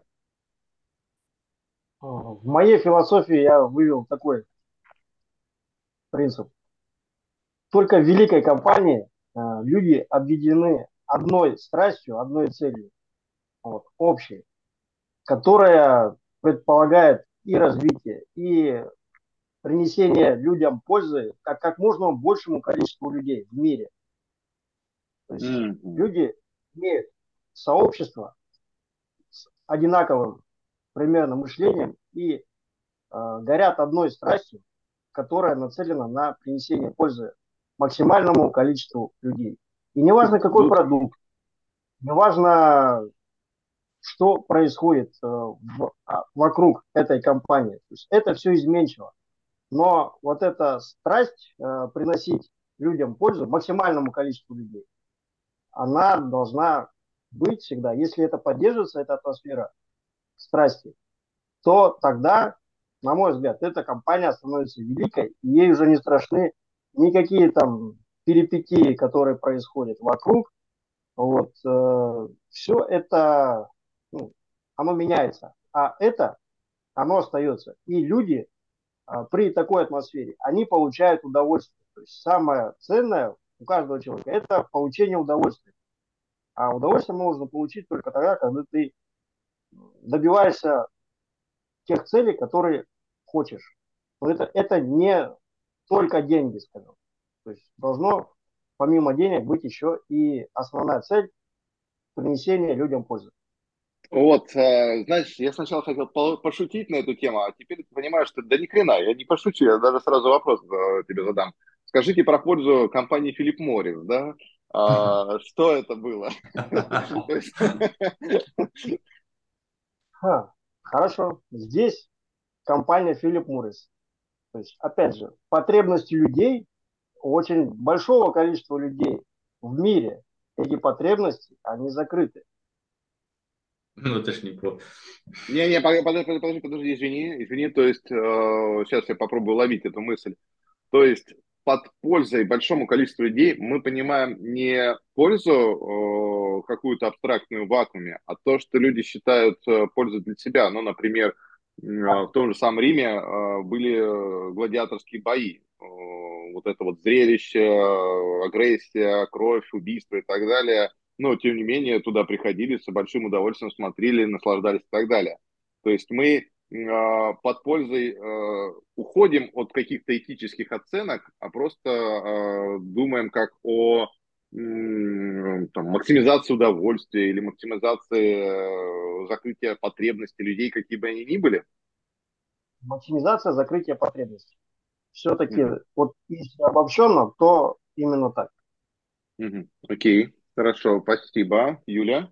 А, В моей философии я вывел такой принцип. Только в великой компании а, люди объединены одной страстью, одной целью, вот, общей, которая предполагает и развитие, и принесение людям пользы как, как можно большему количеству людей в мире. То есть Мгм. люди имеют сообщество с одинаковым примерно мышлением и э, горят одной страстью, которая нацелена на принесение пользы максимальному количеству людей. И неважно, какой Ну, продукт, неважно, что происходит э, в, а, вокруг этой компании. То есть это все изменчиво. Но вот эта страсть э, приносить людям пользу, максимальному количеству людей, она должна быть всегда. Если это поддерживается, эта атмосфера страсти, то тогда, на мой взгляд, эта компания становится великой, и ей уже не страшны никакие там перипетии, которые происходят вокруг. Вот, э, все это, ну, оно меняется, а это, оно остается. И люди а, при такой атмосфере, они получают удовольствие. То есть самое ценное у каждого человека – это получение удовольствия. А удовольствие можно получить только тогда, когда ты добиваешься тех целей, которые хочешь. Но это, это не только деньги, скажем. То есть должно помимо денег быть еще и основная цель принесения людям пользы. вот, э, знаешь, я сначала хотел по- пошутить на эту тему, а теперь понимаю, что да ни хрена, я не пошучу, я даже сразу вопрос э, тебе задам. Скажите про пользу компании Филипп Моррис, да? А, что это было? То есть, Ха, хорошо. Здесь компания Philip Morris. То есть, опять же, потребности людей, у очень большого количества людей в мире, эти потребности, они закрыты. Ну, это ж не плохо. Не-не, подожди, подожди, подожди, подожди, извини, извини, то есть э, сейчас я попробую ловить эту мысль. То есть под пользой большому количеству людей мы понимаем не пользу э, какую-то абстрактную в вакууме, а то, что люди считают э, пользу для себя. Ну, например, м, э, в том же самом Риме э, были э, гладиаторские бои. Э, вот это вот зрелище, э, агрессия, кровь, убийство и так далее. Но, тем не менее, туда приходили, с большим удовольствием смотрели, наслаждались и так далее. То есть мы э, под пользой э, уходим от каких-то этических оценок, а просто э, думаем как о м, там, максимизации удовольствия или максимизации э, закрытия потребностей людей, какие бы они ни были. Максимизация закрытия потребностей. Все-таки, Мгм. вот если обобщенно, то именно так. Мгм. Окей, хорошо, спасибо. Юля?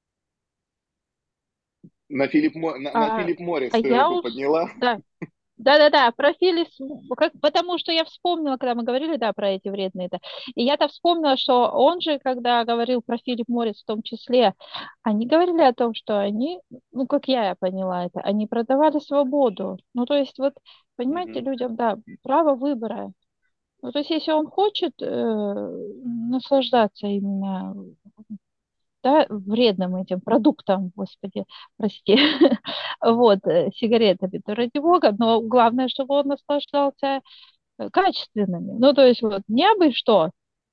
На Филипп, Мо- на, на А, Филипп а Моррис ты я руку уж, подняла? да, да-да-да, про Филлис, как, потому что я вспомнила, когда мы говорили, да, про эти вредные, да, и я-то вспомнила, что он же, когда говорил про Филипп Моррис в том числе, они говорили о том, что они, ну, как я поняла это, они продавали свободу. Ну, то есть, вот, понимаете, Мгм. людям, да, право выбора. Ну, то есть, если он хочет э, наслаждаться именно, да, вредным этим продуктом, господи, прости, вот, э, сигаретами, то ради бога, но главное, чтобы он наслаждался э, качественными. Ну, то есть, вот, не абы что,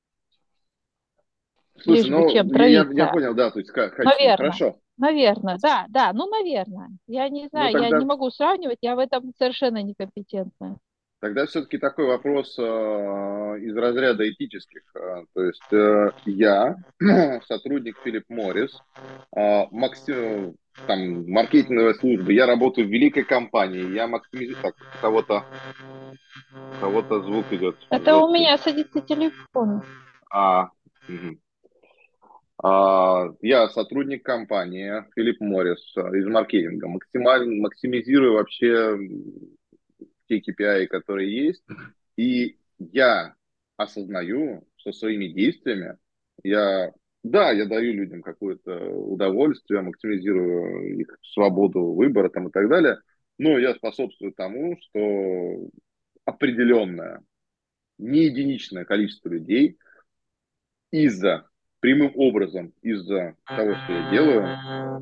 Слушай, лишь бы ну, чем я, я, я травиться. понял, да, то есть как качественно, Наверное, хорошо. наверное, да, да, ну, наверное. Я не Но знаю, я не тогда могу сравнивать, я в этом совершенно некомпетентна. Тогда все-таки такой вопрос э, из разряда этических. Э, то есть э, я, сотрудник Филипп Моррис, э, макси- там, маркетинговой службы, я работаю в великой компании, я максимизирую... Так, у кого-то, у кого-то звук идет Это у жесткий. меня садится телефон. А, мгм. А, я сотрудник компании Филипп Моррис э, из маркетинга. Максимально максимизирую вообще те кей пи ай, которые есть. И я осознаю, что своими действиями я, да, я даю людям какое-то удовольствие, максимизирую их свободу выбора там, и так далее, но я способствую тому, что определенное, не единичное количество людей из-за, прямым образом, из-за того, что я делаю,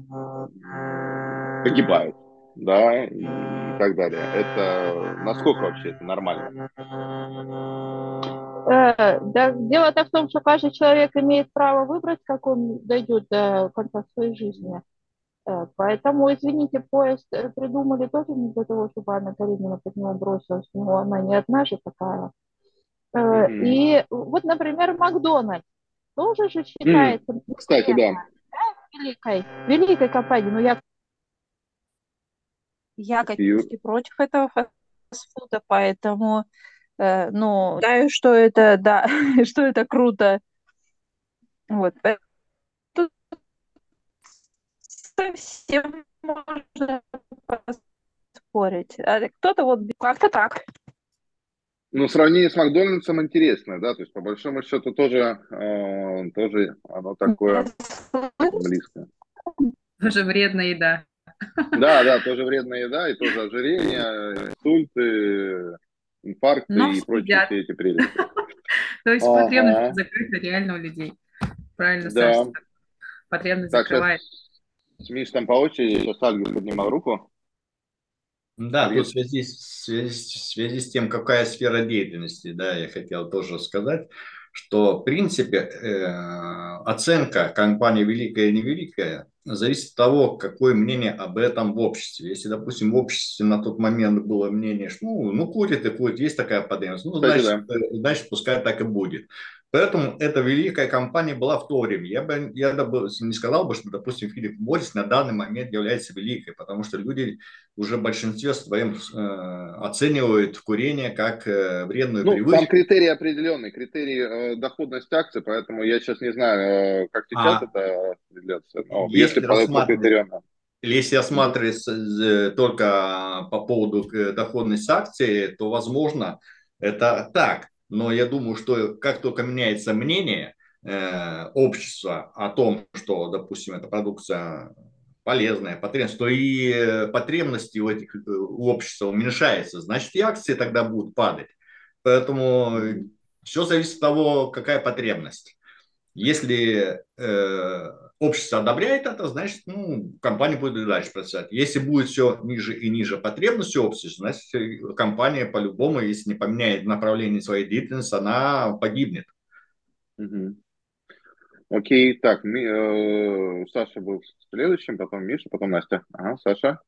погибают, да, и так далее. Это насколько вообще это нормально? Э, да, дело-то в том, что каждый человек имеет право выбрать, как он дойдет до конца своей жизни. Э, Поэтому, извините, поезд э, придумали тоже не для того, чтобы Анна Каренина под него бросилась, но она не одна же такая. Э, Мгм. И вот, например, Макдональдс тоже же М, считается Кстати, да. конкурентом великой, великой компании. Но я, я Ю- категорически против этого фастфуда, поэтому, э, ну, считаю, что это, да, что это круто. Вот, тут совсем можно поспорить. А кто-то вот как-то так. Ну, сравнение с Макдональдсом интересное, да, то есть по большому счету тоже, э, тоже оно Не такое слышно? близкое. Тоже вредная еда. Да, да, тоже вредная еда и тоже ожирение, инсульты, Но инфаркты и все прочие едят. все эти прелести. То есть потребность Ага, закрыта реально у людей. Правильно Саша да. сказал. Потребность Так, сейчас закрывает. Миш там по очереди, сейчас Альгис поднимал руку. Да, тут в Альгис? связи, с- в связи, с в связи с тем, какая сфера деятельности, да, я хотел тоже сказать, что, в принципе, э, оценка компании великая и невеликая зависит от того, какое мнение об этом в обществе. Если, допустим, в обществе на тот момент было мнение, что ну, ну курит и курит, есть такая потребность, ну, Кстати, значит, да. э, значит, пускай так и будет. Поэтому эта великая компания была в то время. Я бы я бы не сказал бы, что, допустим, Филипп Моррис на данный момент является великой, потому что люди уже в большинстве своем э, оценивают курение как э, вредную Ну, там привычку. критерий определенный, критерий э, доходность акций, поэтому я сейчас не знаю, э, как сейчас А это определяется. Но если если по этому рассматривать, критерию, да. если Мгм. рассматривать э, только по поводу э, доходности акции, то, возможно, это так. Но я думаю, что как только меняется мнение э, общества о том, что, допустим, эта продукция полезная потребность, то и э, потребности у этих э, у общества уменьшаются, значит и акции тогда будут падать. Поэтому все зависит от того, какая потребность. Если э, общество одобряет это, значит, ну, компания будет и дальше процветать. Если будет все ниже и ниже потребности общества, значит, э, компания по-любому, если не поменяет направление своей деятельности, она погибнет. Мгм. Окей, так, ми- э, Саша был следующим, потом Миша, потом Настя. Ага, Саша.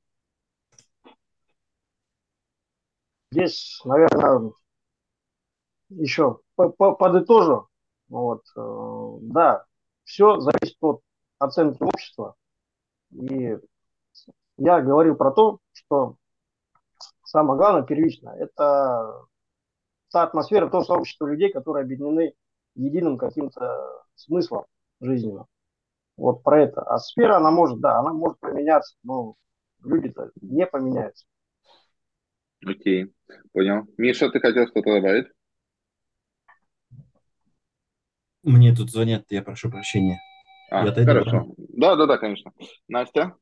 Здесь, наверное, еще по- по- подытожу. Вот, э, да, все зависит от оценки общества. И я говорил про то, что самое главное, первично, это та атмосфера, то сообщество людей, которые объединены единым каким-то смыслом жизненным. Вот про это. А сфера, она может, да, она может поменяться, но люди-то не поменяются. Окей, понял. Миша, ты хотел что-то добавить? Мне тут звонят, я прошу прощения. Я А, отойду, ладно? хорошо. Да, да, да, конечно. Настя?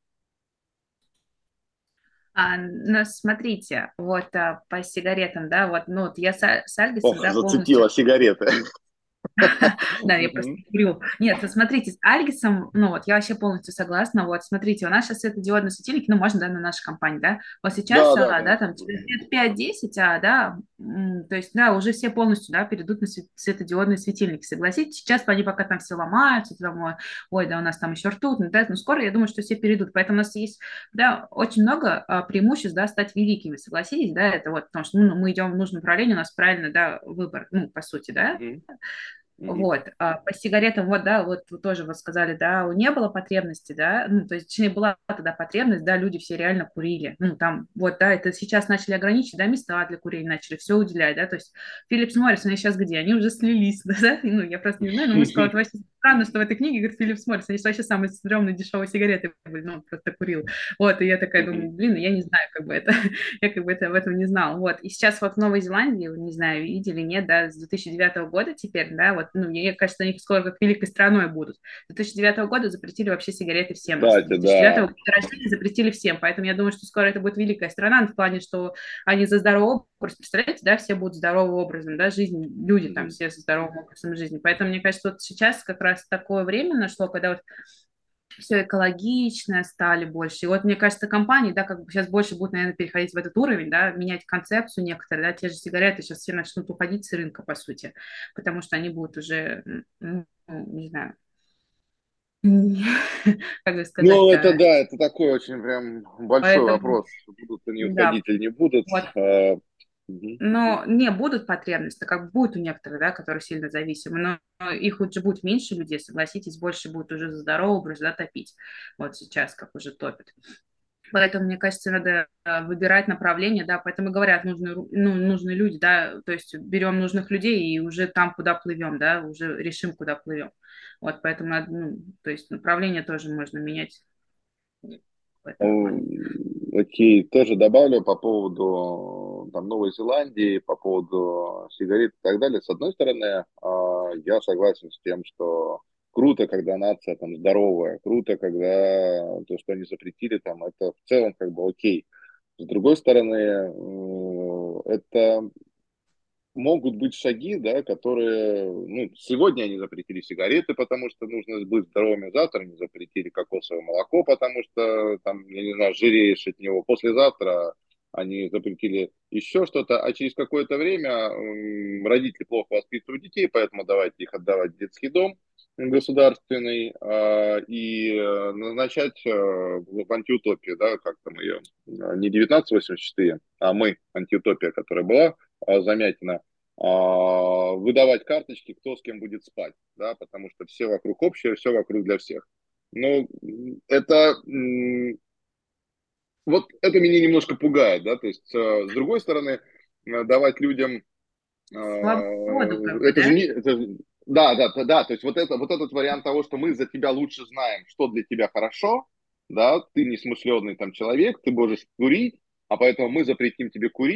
А, ну, смотрите, вот а, по сигаретам, да, вот, ну, вот я с, А- с Альгисом, Ох, да, полностью. зацепила сигареты. Да, я просто Мгм. курю. Нет, вот смотрите, с Альгисом, ну вот, я вообще полностью согласна. Вот, смотрите, у нас сейчас светодиодные светильники, ну, можно, да, на нашей компании, да. Вот сейчас, Да, да, а, да, конечно. там, через лет пять-десять, а, да, м, то есть, да, уже все полностью, да, перейдут на свет- светодиодные светильники, согласитесь. Сейчас они пока там все ломаются, там, ой, ой, да, у нас там еще ртуть, ну, да, но скоро, я думаю, что все перейдут. Поэтому у нас есть, да, очень много а, преимуществ, да, стать великими, согласитесь, да, это вот, потому что, ну, мы идем в нужном направлении, у нас правильно, да, выбор, ну, по сути, да. Мгм. Мгм. Вот, а по сигаретам, вот, да, вот вы тоже вот сказали, да, у не было потребности, да, ну, то есть, точнее, была тогда потребность, да, люди все реально курили, ну, там, вот, да, это сейчас начали ограничивать, да, места для курения начали, все уделять, да, то есть, Филлипс Моррис, они сейчас где? Они уже слились, да, ну, я просто не знаю, но мы сказали, это вообще странно, что в этой книге, говорит, Филлипс Моррис, они же вообще самые стрёмные дешевые сигареты были, ну, он просто курил, вот, и я такая думаю, Мгм. блин, я не знаю, как бы это, я как бы это об этом не знала, вот, и сейчас вот в Новой Зеландии, не знаю, видели, нет, да, с две тысячи девятого года теперь, да, вот, ну, мне кажется, они скоро как великой страной будут. С две тысячи девятого года запретили вообще сигареты всем. С Кстати, две тысячи девятого да. года России запретили всем, поэтому я думаю, что скоро это будет великая страна в плане, что они за здоровый образ, представляете, да, все будут здоровым образом, да, жизнь, люди там Мгм. все со здоровым образом жизни. Поэтому мне кажется, вот сейчас как раз такое время нашло, когда вот все экологичное стали больше. И вот, мне кажется, компании, да, как бы сейчас больше будут, наверное, переходить в этот уровень, да, менять концепцию некоторые, да, те же сигареты сейчас все начнут уходить с рынка, по сути, потому что они будут уже, м, ну, не знаю, как бы Ну, это сказать-то, да, это такой очень прям большой поэтому, вопрос, будут они да, уходить или не будут. вот. А, мгм. Но не будут потребности, как будет у некоторых, да, которые сильно зависимы, но их уже будет меньше людей, согласитесь, больше будут уже за здоровый образ, да, топить. Вот сейчас, как уже топят. Поэтому, мне кажется, надо э, выбирать направление, да, поэтому и говорят, нужны, ру- ну, нужны люди, да, то есть берем нужных людей и уже там, куда плывем, да, уже решим, куда плывем. Вот, поэтому, надо, ну, то есть направление тоже можно менять в этом М, плане. Окей, тоже добавлю по поводу там, Новой Зеландии, по поводу сигарет и так далее. С одной стороны, а, я согласен с тем, что круто, когда нация там здоровая, круто, когда то, что они запретили, там, это в целом как бы окей. С другой стороны, м, это могут быть шаги, да, которые, ну, сегодня они запретили сигареты, потому что нужно быть здоровыми, завтра они запретили кокосовое молоко, потому что, там, я не знаю, жиреешь от него, послезавтра они запретили еще что-то, а через какое-то время м, родители плохо воспитывают детей, поэтому давайте их отдавать в детский дом государственный а, и э, назначать э, в антиутопию, да, как там ее, не девятнадцать восемьдесят четыре, а мы, антиутопия, которая была, а, Замятина, а, выдавать карточки, кто с кем будет спать, да, потому что все вокруг общее, все вокруг для всех. Но это, м, вот это меня немножко пугает, да, то есть, э, с другой стороны, э, давать людям, э, Свободу, как бы, это же да? не, это же- да, да, да, да, то есть вот, это, вот этот вариант того, что мы за тебя лучше знаем, что для тебя хорошо, да, ты несмышленый там человек, ты можешь курить, а поэтому мы запретим тебе курить,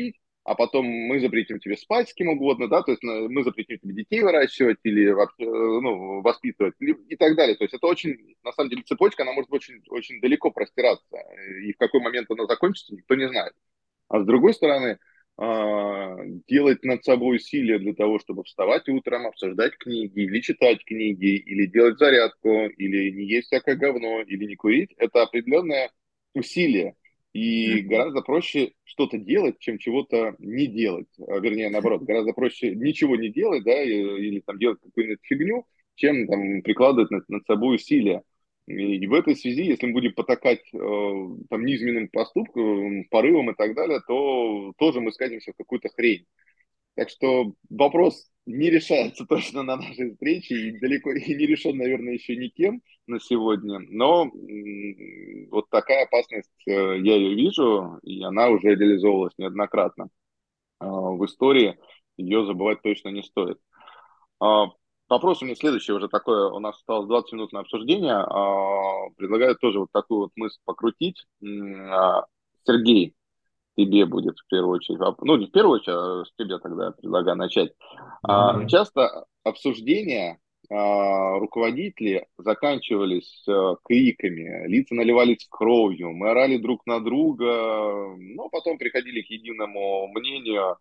а потом мы запретим тебе спать с кем угодно, да, то есть э, мы запретим тебе детей выращивать или вообще, э, ну, воспитывать или- и так далее. То есть это очень, на самом деле, цепочка, она может очень, очень далеко простираться, и в какой момент она закончится, никто не знает. А с другой стороны, а, делать над собой усилия для того, чтобы вставать утром, обсуждать книги, или читать книги, или делать зарядку, или не есть всякое говно, или не курить, это определенное усилие. И Мгм. гораздо проще что-то делать, чем чего-то не делать. А, Вернее, наоборот, гораздо проще ничего не делать, да, и- или там делать какую-нибудь фигню, чем там прикладывать над, над собой усилия. И в этой связи, если мы будем потакать э, там низменным поступкам, порывам и так далее, то тоже мы скатимся в какую-то хрень. Так что вопрос не решается точно на нашей встрече и далеко и не решен, наверное, еще никем на сегодня. Но м, вот такая опасность, э, я ее вижу, и она уже реализовывалась неоднократно э, в истории. Ее забывать точно не стоит. А, Вопрос у меня следующий, уже такое, у нас осталось двадцать минут на обсуждение. А, Предлагаю тоже вот такую вот мысль покрутить. М, а, Сергей, тебе будет в первую очередь, воп- ну не в первую очередь, а с тебя тогда предлагаю начать. Ну, А, давай. Часто обсуждения а, руководителей заканчивались а, криками, лица наливались кровью, мы орали друг на друга, но потом приходили к единому мнению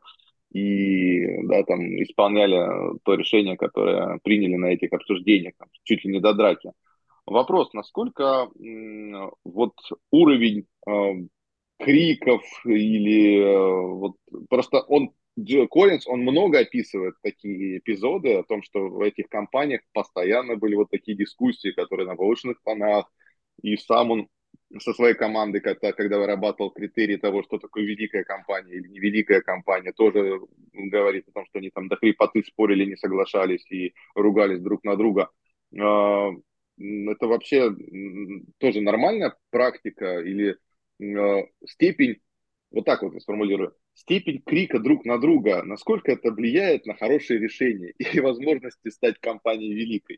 и да, там, исполняли то решение, которое приняли на этих обсуждениях, там, чуть ли не до драки. Вопрос, насколько м, вот уровень э, криков или э, вот просто он Дж. Коллинз, он много описывает такие эпизоды о том, что в этих компаниях постоянно были вот такие дискуссии, которые на повышенных тонах, и сам он со своей командой, когда, когда вырабатывал критерии того, что такое великая компания или невеликая компания, тоже говорит о том, что они там до хрипоты спорили, не соглашались и ругались друг на друга. А, Это вообще м, тоже нормальная практика или э, степень, вот так вот я сформулирую, степень крика друг на друга, насколько это влияет на хорошие решения и возможности стать компанией великой?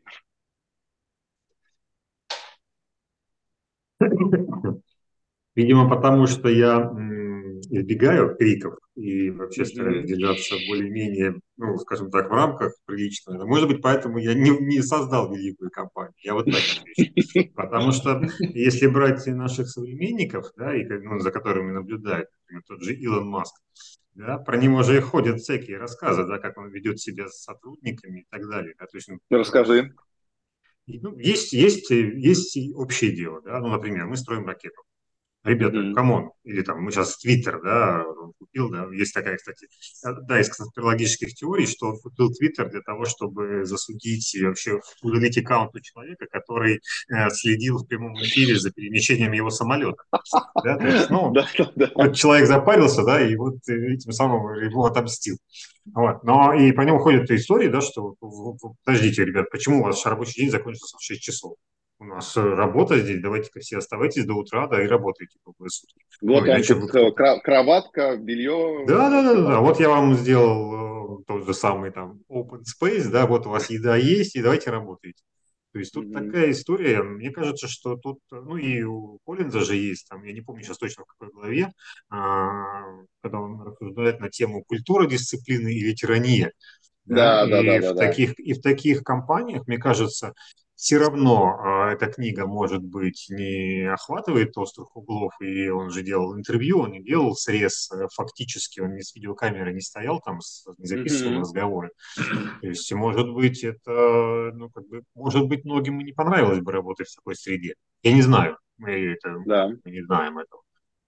Видимо, потому что я м, избегаю криков и вообще стараюсь Мгм. держаться более-менее, ну, скажем так, в рамках приличного. Может быть, поэтому я не, не создал великую компанию. Я вот так отвечу. Потому что если брать наших современников, да, и, как, ну, за которыми наблюдает, например, тот же Илон Маск, да, про него же ходят всякие рассказы, да, как он ведет себя с сотрудниками и так далее. Да, то есть, ну, Расскажи. и, ну, есть, есть, есть и общее дело. Да, ну, например, мы строим ракету. Ребята, Мгм. камон, или там мы сейчас Твиттер, да, он купил, да, есть такая, кстати, да, из конспирологических теорий, что он купил Твиттер для того, чтобы засудить и вообще удалить аккаунт у человека, который э, следил в прямом эфире за перемещением его самолета. Да, то есть, ну, Да, да, да. вот человек запарился, да, и вот э, этим самым его отомстил. Вот. Но и по нему ходят истории, да, что в- в- подождите, ребят, почему у вас рабочий день закончился в шесть часов? У нас э, работа здесь, давайте-ка все оставайтесь до утра, да, и работайте круглые сутки. Ну, Вот вам иначе тут вы э, кто-то. кра- кроватка, Да, белье, да, да, все да, да. Вот пожалуйста. я вам сделал э, тот же самый там open space, да, вот у вас еда есть, и давайте работайте. То есть тут Мгм. такая история, мне кажется, что тут, ну и у Коллинза же есть, там, я не помню сейчас точно в какой главе, а, когда он рассуждает на тему культура дисциплины или тирания. Да, Да, да, да, и да, в да. таких, и в таких компаниях, мне кажется, все равно а, эта книга, может быть, не охватывает острых углов, и он же делал интервью, он не делал срез э, фактически, он не с видеокамеры не стоял там, с- не записывал Мгм. разговоры. То есть, может быть, это, ну, как бы, может быть, многим и не понравилось бы работать в такой среде. Я не знаю, мы, это, Да. мы не знаем этого.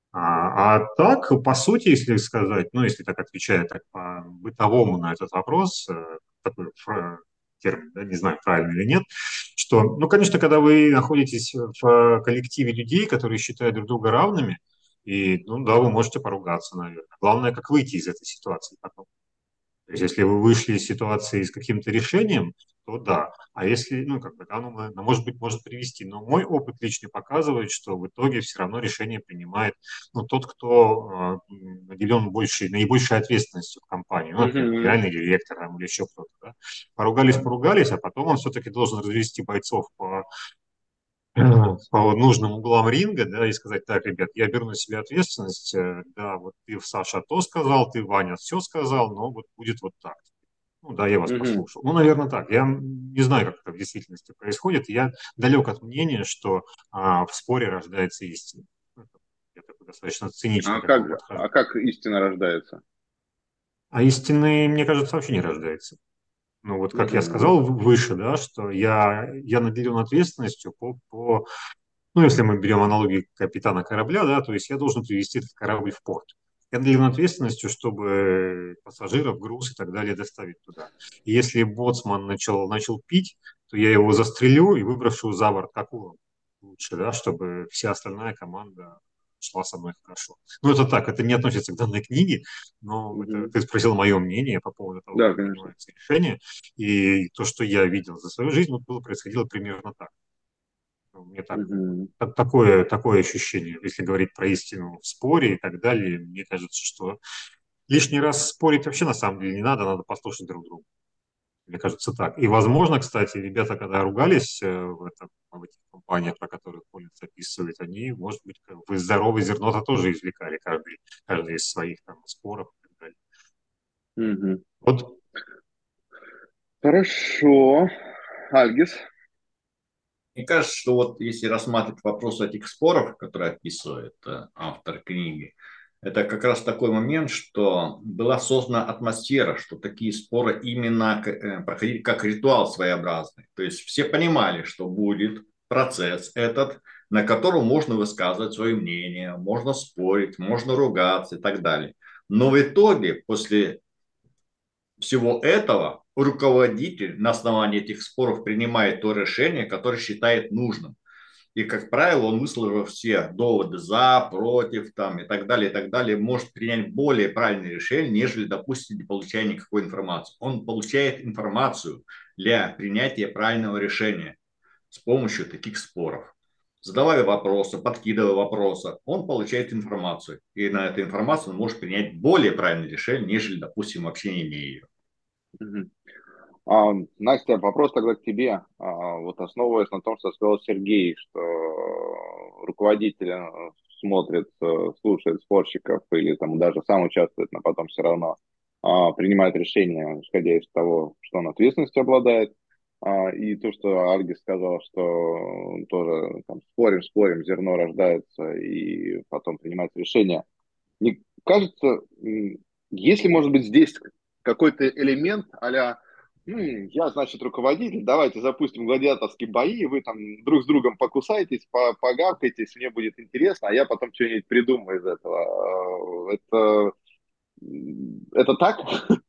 А, а так, по сути, если сказать, ну, если так отвечая так по-бытовому на этот вопрос, э, такой фра- термин, да, не знаю, правильно или нет, что, ну, конечно, когда вы находитесь в коллективе людей, которые считают друг друга равными, и, ну, да, вы можете поругаться, наверное. Главное, как выйти из этой ситуации потом. То есть, если вы вышли из ситуации с каким-то решением, то да. А если, ну, как бы, да, ну, мы- ну, может быть, может привести. Но мой опыт личный показывает, что в итоге все равно решение принимает, ну, тот, кто э, м, наделен большей, наибольшей ответственностью в компании. Ну, например, Мгм. генеральный директор там, или еще кто-то. Да. Поругались, поругались, а потом он все-таки должен развести бойцов по по нужным углам ринга, да, и сказать: так, ребят, я беру на себя ответственность, э, да, вот ты, Саша, то сказал, ты, Ваня, все сказал, но вот будет вот так. Ну да, я вас Мгм. послушал. Ну, наверное, так. Я не знаю, как это в действительности происходит. Я далек от мнения, что а, в споре рождается истина. Это- Я такой достаточно циничный А к как, этому а подхожу. как истина рождается? А истины, мне кажется, вообще не рождается. Ну, вот как я Мгм. сказал в- выше, да, что я, я наделен ответственностью по, по, ну, если мы берем аналогию капитана корабля, да, то есть я должен привести этот корабль в порт. Я наделен ответственностью, чтобы пассажиров, груз и так далее доставить туда. И если боцман начал, начал пить, то я его застрелю и выброшу за борт акулам лучше, да, чтобы вся остальная команда шла со мной хорошо. Ну, это так, это не относится к данной книге, но это, Мгм. ты спросил мое мнение по поводу того, Да, как конечно. принимаются решения, и то, что я видел за свою жизнь, вот было происходило примерно так. Ну, мне так, Мгм. так- такое, такое ощущение, если говорить про истину в споре и так далее, мне кажется, что лишний раз спорить вообще на самом деле не надо, надо послушать друг друга. Мне кажется так. И, возможно, кстати, ребята, когда ругались э, в, этом, в этих компаниях, про которые Коллинз описывает, они, может быть, как бы здоровое зерно-то тоже извлекали, каждый, каждый из своих там споров и так далее. Мгм. Вот. Хорошо. Альгис. Мне кажется, что вот если рассматривать вопрос этих споров, которые описывает э, автор книги, это как раз такой момент, что была создана атмосфера, что такие споры именно э, проходили как ритуал своеобразный. То есть все понимали, что будет процесс этот, на котором можно высказывать свое мнение, можно спорить, можно ругаться и так далее. Но в итоге, после всего этого, руководитель на основании этих споров принимает то решение, которое считает нужным. И, как правило, он, выслушав все доводы за, против там, и так далее, и так далее, может принять более правильное решение, нежели, допустим, не получая никакой информации. Он получает информацию для принятия правильного решения с помощью таких споров. Задавая вопросы, подкидывая вопросы, он получает информацию. И на эту информацию он может принять более правильное решение, нежели, допустим, вообще не имея ее. Мгм. А, Настя, вопрос тогда к тебе. А, вот основываясь на том, что сказал Сергей, что руководитель э, смотрит, э, слушает спорщиков или там даже сам участвует, но потом все равно а, принимает решение, исходя из того, что он ответственностью обладает. А, и то, что Альгис сказал, что тоже там, спорим, спорим, зерно рождается и потом принимается решение. Мне кажется, м, если, может быть, здесь какой-то элемент а-ля «М, я, значит, руководитель, давайте запустим гладиаторские бои, вы там друг с другом покусаетесь, по- погавкаетесь, мне будет интересно, а я потом что-нибудь придумаю из этого». А, Это, м, это так?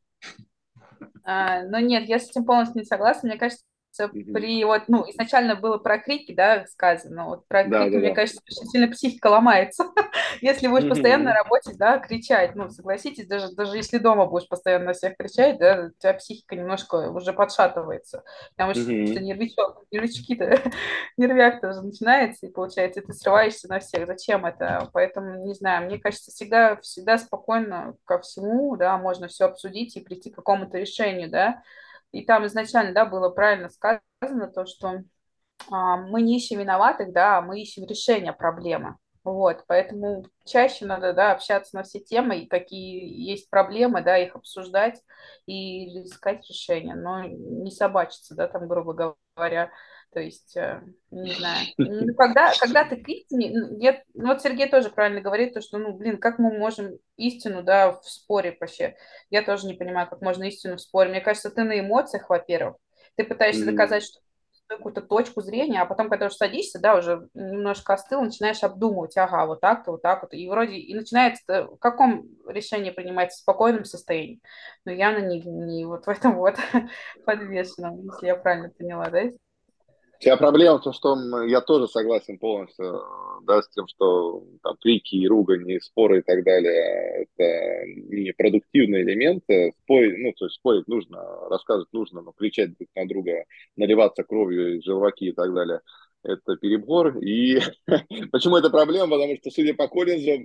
А, но нет, я с этим полностью не согласна. Мне кажется, Мгм. при вот, ну, изначально было про крики, да, сказано. Вот про Да, крики, да, мне да. кажется, очень сильно психика ломается. Если будешь постоянно на Мгм. работе, да, кричать, ну, согласитесь, даже, даже если дома будешь постоянно на всех кричать, да, у тебя психика немножко уже подшатывается. Потому что Мгм. нервичок, нервички-то, нервяк тоже начинается, и получается, ты срываешься на всех. Зачем это? Поэтому, не знаю, мне кажется, всегда, всегда спокойно ко всему, да, можно все обсудить и прийти к какому-то решению, да. И там изначально, да, было правильно сказано то, что а, мы не ищем виноватых, да, а мы ищем решения проблемы. Вот, поэтому чаще надо, да, общаться на все темы, и какие есть проблемы, да, их обсуждать и искать решения, но не собачиться, да, там, грубо говоря. То есть, э, не знаю. Ну, когда, когда ты к истине, ну, я, ну, вот Сергей тоже правильно говорит, то, что, ну, блин, как мы можем истину, да, в споре вообще? Я тоже не понимаю, как можно истину в споре. Мне кажется, ты на эмоциях, во-первых, ты пытаешься Мгм. доказать, что какую-то точку зрения, а потом, когда уже садишься, да, уже немножко остыл, начинаешь обдумывать, ага, вот так-то, вот так вот, и вроде, и начинается, в каком решении принимается в спокойном состоянии, но явно не, не вот в этом вот подвешенном, если я правильно поняла, да? Вся проблема в том, что м, я тоже согласен полностью, э, да, с тем, что там крики и ругань, и споры и так далее, это не продуктивные элементы. Спорить, ну, то есть спорить нужно, рассказывать нужно, но кричать друг на друга, наливаться кровью из желваки и так далее, это перебор. И почему это проблема? Потому что, судя по Коллинзу,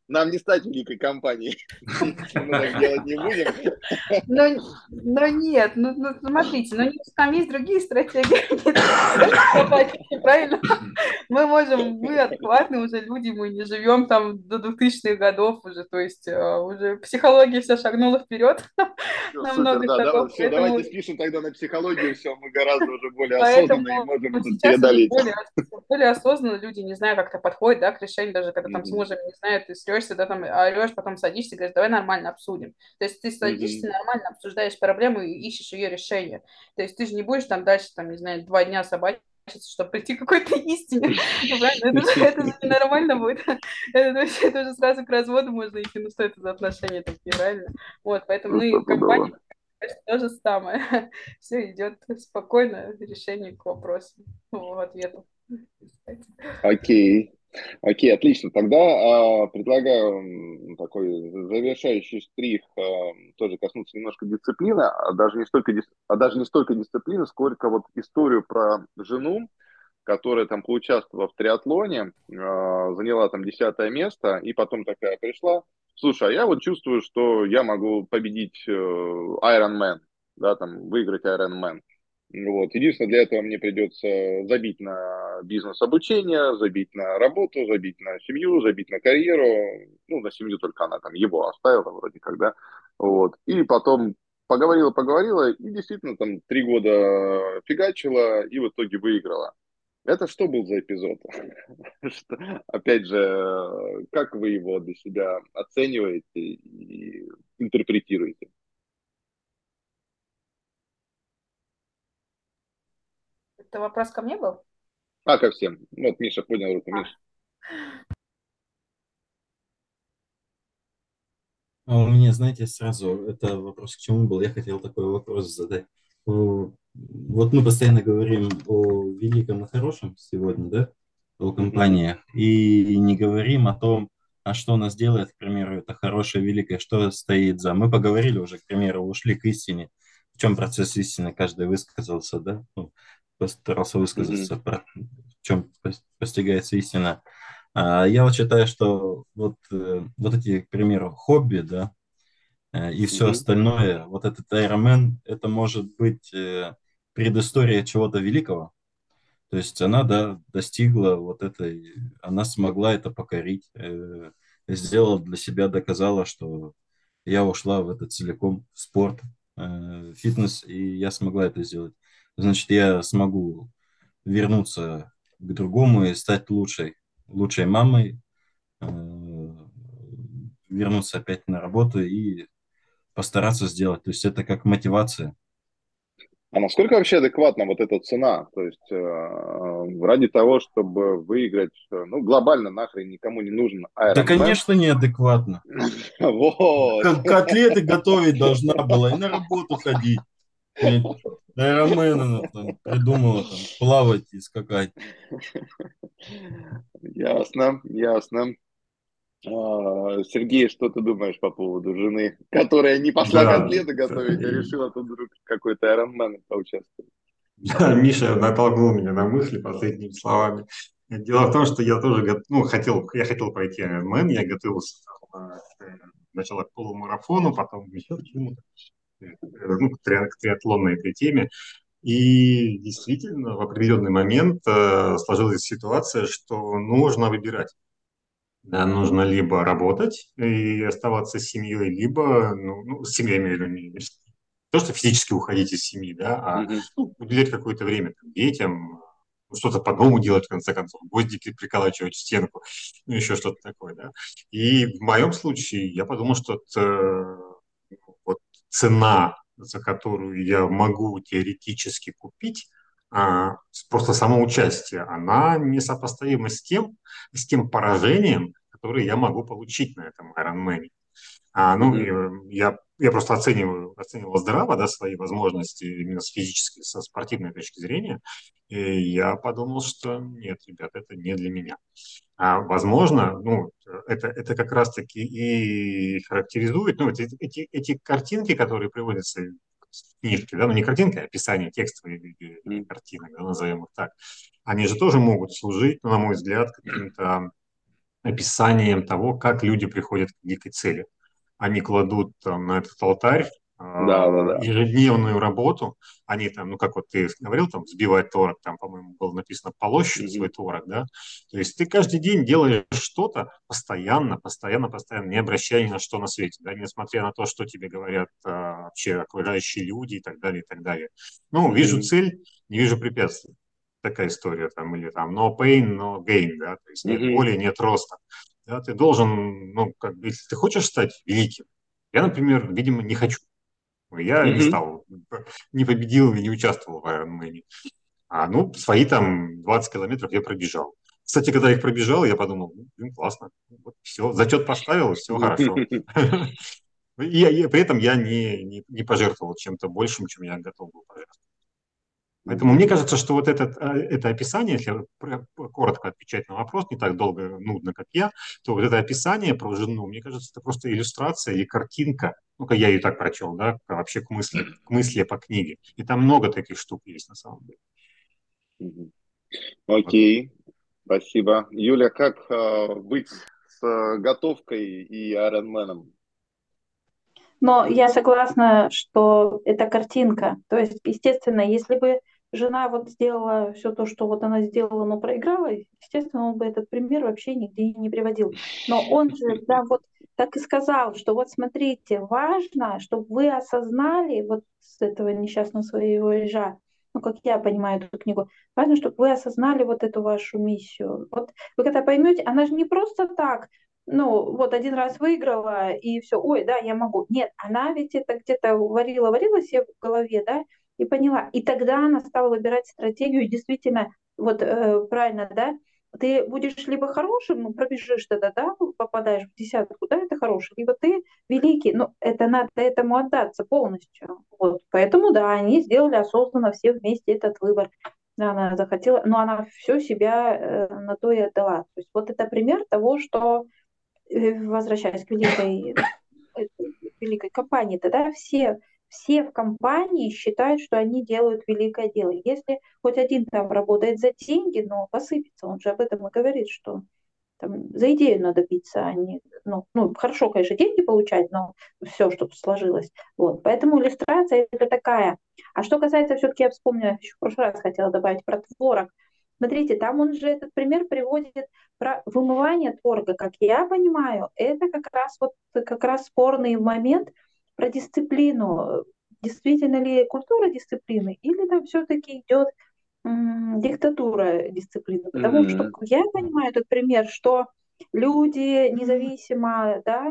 нам не стать великой компанией, если мы так делать не будем. Но, но нет, ну, ну смотрите, но там есть другие стратегии, правильно? Мы можем, мы адекватные уже люди, мы не живем там до двухтысячных годов уже, то есть э, уже психология вся шагнула вперед Все, на супер, много да, да, шагов, все, поэтому, давайте спишем тогда на психологию, все, мы гораздо уже более осознанно и поэтому можем это сейчас уже преодолеть. более, более осознанно люди, не знаю, как-то подходят, да, к решению, даже когда там с Мгм. мужем, не знаю, ты срешься, да, там орешь, потом садишься и говоришь, давай нормально обсудим. То есть ты Мгм. садишься, нормально обсуждаешь проблему и ищешь ее решение. То есть ты же не будешь там дальше, там, не знаю, два дня собачиться, чтобы прийти к какой-то истине. Ну, правильно? Это же, это же ненормально будет. Это, то есть это уже сразу к разводу можно идти. Ну, что это за отношения такие, правильно? Вот, поэтому, ну, и в компании Стопудово. то же самое. Все идет спокойно, решение к вопросу, ну, в ответу. Окей. Окей, отлично. Тогда а, предлагаю м, такой завершающий штрих, а, тоже коснуться немножко дисциплины, а даже не столько, дис- а даже не столько дисциплины, сколько вот историю про жену, которая там поучаствовала в триатлоне, а, заняла там десятое место, и потом такая пришла: слушай, а я вот чувствую, что я могу победить э, Ironman, да, там, выиграть Ironman. Вот. Единственное, для этого мне придется забить на бизнес-обучение, забить на работу, забить на семью, забить на карьеру. Ну, на семью только она там его оставила вроде как, да. Вот. И потом поговорила, поговорила, и действительно там три года фигачила, и в итоге выиграла. Это что был за эпизод? Что- Опять же, как вы его для себя оцениваете и интерпретируете? Это вопрос ко мне был? А, ко всем. Вот Миша поднял руку. Миша. А у меня, знаете, сразу это вопрос к чему был. Я хотел такой вопрос задать. О, Вот мы постоянно говорим о великом и хорошем сегодня, да, о Мгм. компаниях, и не говорим о том, а что нас делает, к примеру, это хорошее, великое, что стоит за. Мы поговорили уже, к примеру, ушли к истине. В чем процесс истины, каждый высказался, да, ну, постарался Мгм. высказаться, про, в чем пос- постигается истина. А я вот считаю, что вот, э, вот эти, к примеру, хобби, да, э, и все Мгм. остальное, вот этот Iron это может быть э, предыстория чего-то великого. То есть она, да, достигла вот этой, она смогла это покорить, э, сделала для себя, доказала, что я ушла в это целиком, в спорт, э, фитнес, и я смогла это сделать. Значит, я смогу вернуться к другому и стать лучшей, лучшей мамой, э, вернуться опять на работу и постараться сделать. То есть это как мотивация. А насколько вообще адекватна вот эта цена? То есть э, ради того, чтобы выиграть, э, ну, глобально нахрен никому не нужен Да, Iron Man. конечно, неадекватно. Вот. Как котлеты готовить должна была и на работу ходить. Блин, Ironman там придумала там плавать и скакать. Ясно, ясно. А, Сергей, что ты думаешь по поводу жены, которая не пошла Да, котлеты готовить, а и- решила тут вдруг какой-то Ironman поучаствовать? да, Миша натолкнул меня на мысли последними словами. Дело в том, что я тоже гот- ну, хотел, я хотел пройти Ironman, я готовился там, э, сначала к полумарафону, потом еще к чему-то, э, ну, к триа- к триатлонной этой теме. И действительно, в определенный момент э, сложилась ситуация, что нужно выбирать. Да, нужно либо работать и оставаться с семьей, либо, ну, ну, с семьей, я имею в виду, не не то, что физически уходить из семьи, да, а Мгм. ну, уделять какое-то время там, детям, ну, что-то по дому делать, в конце концов, гвоздики приколачивать в стенку, ну, еще что-то такое, да. И в моем случае я подумал, что это, вот цена, за которую я могу теоретически купить, а, с- просто само участие, она несопоставима с тем, с тем поражением, которое я могу получить на этом Ironman. А, ну, и, Мгм. э, я, я просто оцениваю, оценивал здраво, да, свои возможности именно с физической, со спортивной точки зрения. И я подумал, что нет, ребят, это не для меня. А, возможно, ну, это, это как раз-таки и характеризует, ну, эти, эти, эти картинки, которые приводятся в книжке, да, ну, не картинки, а описание текстовой Мгм. картинок, да, назовем их так, они же тоже могут служить, ну, на мой взгляд, каким-то описанием того, как люди приходят к великой цели. Они кладут там, на этот алтарь Да, да, а, да. ежедневную работу. Они там, ну, как вот ты говорил, там, взбивать творог, там, по-моему, было написано, полощут свой Мгм. творог, да. То есть ты каждый день делаешь что-то постоянно, постоянно, постоянно, не обращая ни на что на свете, да, несмотря на то, что тебе говорят а, вообще окружающие люди и так далее, и так далее. Ну, вижу Мгм. цель, не вижу препятствий. Такая история там, или там no pain, no gain, да, то есть нет Мгм. боли, нет роста. Да, ты должен, ну, как бы, если ты хочешь стать великим, я, например, видимо, не хочу. Я не Мгм. стал, не победил и не участвовал в Ironman. А, ну, свои там двадцать километров я пробежал. Кстати, когда я их пробежал, я подумал, ну, блин, классно, вот, все, зачет поставил, все хорошо. И, и при этом я не, не, не пожертвовал чем-то большим, чем я готов был пожертвовать. Поэтому Мгм. мне кажется, что вот этот, а, это описание, если про- коротко отвечать на вопрос, не так долго, нудно, как я, то вот это описание про жену, мне кажется, это просто иллюстрация или картинка, ну-ка я ее так прочел, да, к- вообще к мысли, к мысли по книге. И там много таких штук есть на самом деле. Мгм. Вот. Окей, спасибо. Юля, как а, быть с а, готовкой и айронменом? Но я согласна, что это картинка. То есть, естественно, если бы жена вот сделала все то, что вот она сделала, но проиграла, естественно, он бы этот пример вообще нигде и не приводил. Но он же, да, вот так и сказал, что вот смотрите, важно, чтобы вы осознали вот с этого несчастного своего ежа, ну, как я понимаю эту книгу, важно, чтобы вы осознали вот эту вашу миссию. Вот вы когда поймете, она же не просто так, ну, вот один раз выиграла, и все, ой, да, я могу. Нет, она ведь это где-то варила, варила себе в голове, да, и поняла. И тогда она стала выбирать стратегию, и действительно, вот э, правильно, да, ты будешь либо хорошим, ну, пробежишь тогда, да, попадаешь в десятку, да, это хороший, либо ты великий, но это надо этому отдаться полностью. Вот, поэтому, да, они сделали осознанно все вместе этот выбор. Да, она захотела, но она все себя э, на то и отдала. То есть вот это пример того, что э, возвращаясь к великой, э, великой компании, тогда все, все в компании считают, что они делают великое дело. Если хоть один там работает за деньги, но посыпется, он же об этом и говорит, что там, за идею надо биться, а не, ну, ну, хорошо, конечно, деньги получать, но все, чтобы сложилось. Вот. Поэтому иллюстрация это такая. А что касается, все-таки я вспомнила, еще в прошлый раз хотела добавить про творог. Смотрите, там он же этот пример приводит про вымывание творога, как я понимаю, это как раз вот как раз спорный момент про дисциплину. Действительно ли культура дисциплины, или там все-таки идет м, диктатура дисциплины? Потому что Мгм. я понимаю этот пример, что люди независимо, да,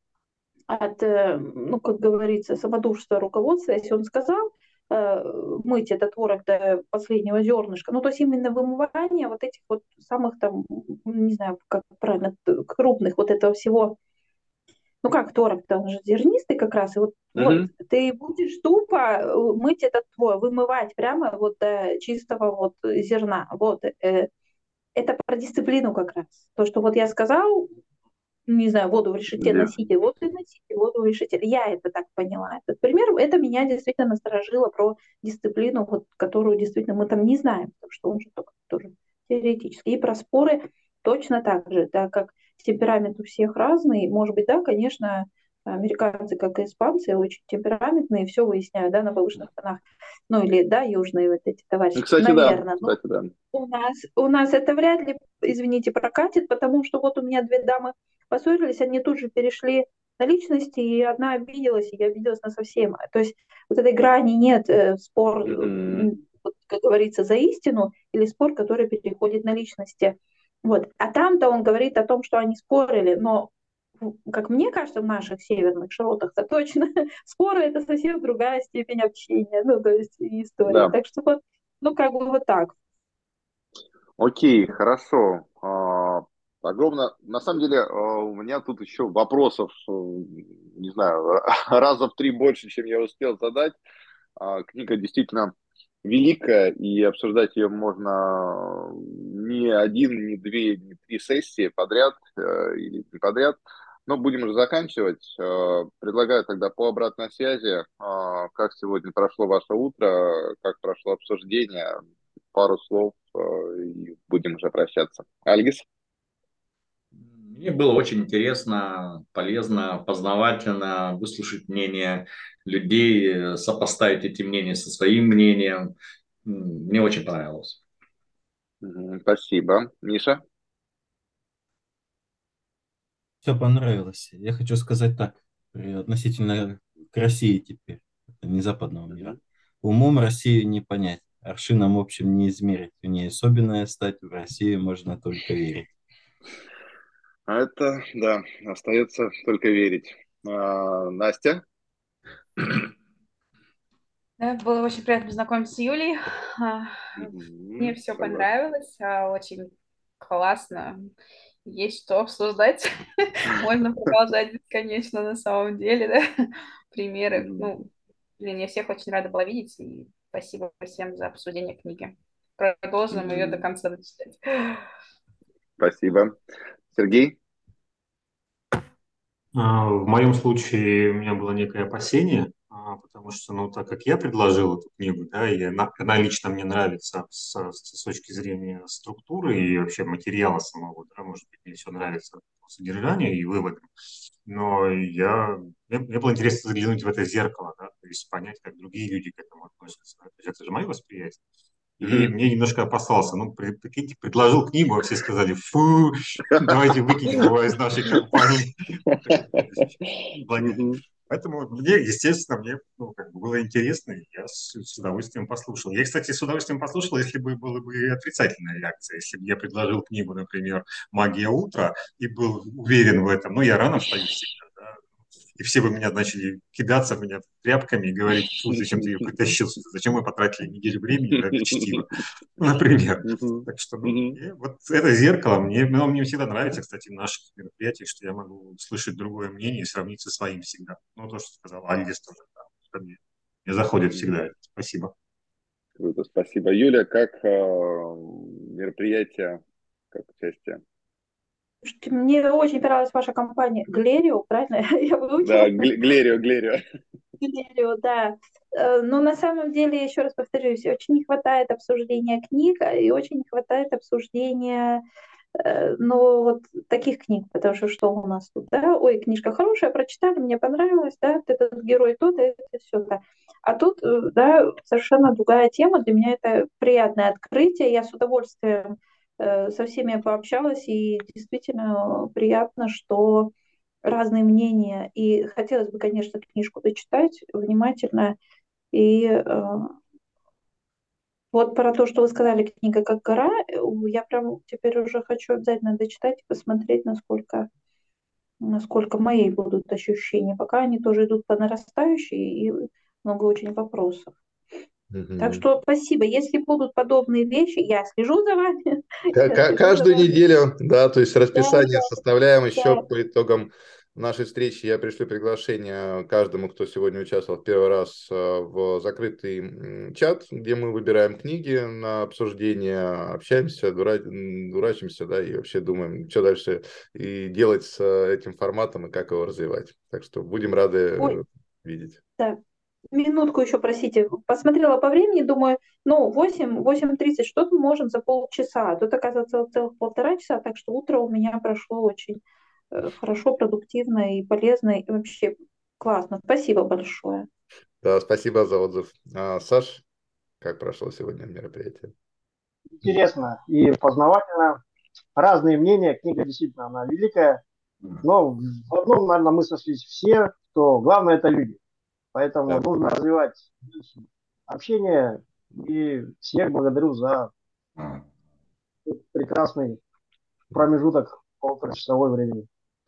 от, э, ну, как говорится, самодурства руководства, если он сказал, э, мыть этот творог до последнего зернышка, ну, то есть именно вымывание вот этих вот самых там, не знаю, как правильно, т- крупных вот этого всего, ну, как творог-то, он же зернистый как раз, и вот, вот Мгм. ты будешь тупо э, мыть этот твой, вымывать прямо вот до чистого вот зерна, вот, э, это про дисциплину как раз. То, что вот я сказал, не знаю, воду в решете Где? носите, вот и носите воду в решете. Я это так поняла. Этот пример, это меня действительно насторожило про дисциплину, вот, которую действительно мы там не знаем, потому что он же только тоже теоретически. И про споры точно так же, так как темперамент у всех разный. Может быть, да, конечно, американцы, как и испанцы, очень темпераментные, все выясняют, да, на повышенных тонах. Ну или, да, южные вот эти Ну, товарищи, кстати, да. наверное. Кстати, да. У нас, у нас это вряд ли, извините, прокатит, потому что вот у меня две дамы поссорились, они тут же перешли на личности, и одна обиделась, и я обиделась на совсем. То есть вот этой грани нет, э, спор, э, Мгм. вот, как говорится, за истину, или спор, который переходит на личности. Вот. А там-то он говорит о том, что они спорили, но как мне кажется, в наших северных широтах-то точно споры это совсем другая степень общения, ну, то есть и история. Да. Так что вот, ну, как бы вот так. Окей, хорошо. А, огромное. На самом деле, а, у меня тут еще вопросов, э, не знаю, раза в три больше, чем я успел задать. А, книга действительно великая, и обсуждать ее можно не один, не две, не три сессии подряд э, или не подряд. Но будем уже заканчивать. Э, Предлагаю тогда по обратной связи, э, как сегодня прошло ваше утро, как прошло обсуждение, пару слов, э, и будем уже прощаться. Альгис? Мне было очень интересно, полезно, познавательно выслушать мнение людей, сопоставить эти мнения со своим мнением. М, Мне очень понравилось. Мгм. Спасибо. Миша? Все понравилось. Я хочу сказать так, при- относительно к России теперь, это не западного мира. Мгм. Умом Россию не понять, аршином общим не измерить. В ней особенная стать, в Россию можно только верить. А это, да, остается только верить. А, Настя? Да, было очень приятно познакомиться с Юлей. А, Мне Мгм. все Согласен. понравилось, а, очень классно. Есть что обсуждать. Можно продолжать бесконечно на самом деле, да? Примеры. Мгм. Ну, блин, я всех очень рада была видеть, и спасибо всем за обсуждение книги. Продолжим ее до Мгм. конца дочитать. Спасибо. Сергей? А, В моем случае у меня было некое опасение, а, потому что, ну, так как я предложил эту книгу, да, и она, она лично мне нравится с, с точки зрения структуры и вообще материала самого, да, может быть, мне все нравится по содержанию и выводам, но я, мне, мне было интересно заглянуть в это зеркало, да, то есть понять, как другие люди к этому относятся. То есть это же мое восприятие. И Мгм. мне немножко опасался. Ну, при- прикиньте, предложил книгу, а все сказали, фу, давайте выкинем его из нашей компании. Ну, как бы это звучит благая. Мгм. Поэтому мне, естественно, мне ну, как бы было интересно, и я с, с удовольствием послушал. Я, кстати, с удовольствием послушал, если бы была бы и отрицательная реакция. Если бы я предложил книгу, например, «Магия утра» и был уверен в этом, ну, я рано встаю всегда, да, и все бы меня начали кидаться в меня тряпками и говорить, фу, зачем ты ее притащил сюда, зачем мы потратили неделю времени на это чтиво, например. Мгм. Так что, ну, Мгм. и вот это зеркало, мне, ну, мне всегда нравится, кстати, в наших мероприятиях, что я могу слышать другое мнение и сравнить со своим всегда. Ну, то, что сказал Альдис тоже, да, что мне, мне заходит всегда. Мгм. это. Спасибо. Круто, спасибо. Юля, как э, мероприятие, как участие? Слушайте, мне очень понравилась ваша компания Глерио, правильно? Я Да, выучила. Гле- Глерио, Глерио. Глерио, да. Э, Но на самом деле, еще раз повторюсь, очень не хватает обсуждения книг и очень не хватает обсуждения э, ну, вот таких книг, потому что что у нас тут, да, ой, книжка хорошая, прочитали, мне понравилось, да, вот этот герой тот, это все, да. А тут, э, да, совершенно другая тема, для меня это приятное открытие, я с удовольствием э, со всеми пообщалась, и действительно приятно, что разные мнения, и хотелось бы, конечно, книжку дочитать внимательно, и э, вот про то, что вы сказали, книга как гора, э, я прям теперь уже хочу обязательно дочитать и посмотреть, насколько, насколько мои будут ощущения. Пока они тоже идут по нарастающей, и много очень вопросов. Так Мгм. что спасибо. Если будут подобные вещи, я слежу за вами. Ка- Я ка- слежу за Каждую вами. неделю, да, то есть Да, расписание составляем еще да, по итогам нашей встречи. Я пришлю приглашение каждому, кто сегодня участвовал в первый раз э, в закрытый м, чат, где мы выбираем книги на обсуждение, общаемся, дура- м, дурачимся, да, и вообще думаем, что дальше и делать с э, этим форматом и как его развивать. Так что будем рады ой, э, видеть. да. Минутку еще, простите. Посмотрела по времени, думаю, ну, восемь, восемь тридцать, что-то можем за полчаса. А тут, оказывается, целых полтора часа, так что утро у меня прошло очень э, хорошо, продуктивно и полезно, и вообще классно. Спасибо большое. Да, спасибо за отзыв. А, Саш, как прошло сегодня мероприятие? Интересно и познавательно. Разные мнения, книга действительно она великая, но в одном, наверное, мы сошлись все, что главное это люди. Поэтому Да. нужно развивать общение, и всех благодарю за прекрасный промежуток полуторачасовой времени.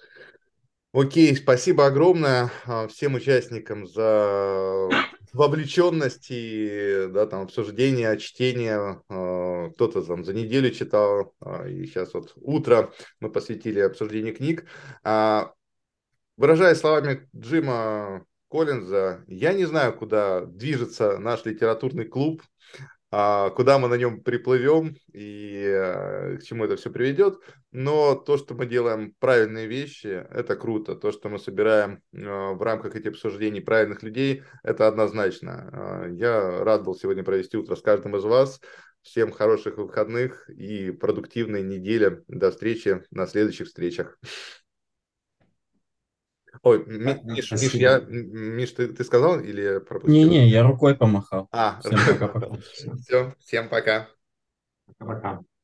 Окей, спасибо огромное а, всем участникам за вовлеченность и да, там, обсуждение, чтение. А, Кто-то там за неделю читал, а, и сейчас вот утро мы посвятили обсуждению книг. А, Выражая словами Джима Коллинза, я не знаю, куда движется наш литературный клуб, а, куда мы на нем приплывем и э, к чему это все приведет. Но то, что мы делаем правильные вещи, это круто. То, что мы собираем э, в рамках этих обсуждений правильных людей, это однозначно. Э, Я рад был сегодня провести утро с каждым из вас. Всем хороших выходных и продуктивной недели. До встречи на следующих встречах. Ой, Ми- Миш, Миш, я, Спасибо. Миш, ты, ты сказал или я пропустил? Не-не, я рукой помахал. А, Всем пока-пока. все, всем пока. Пока-пока.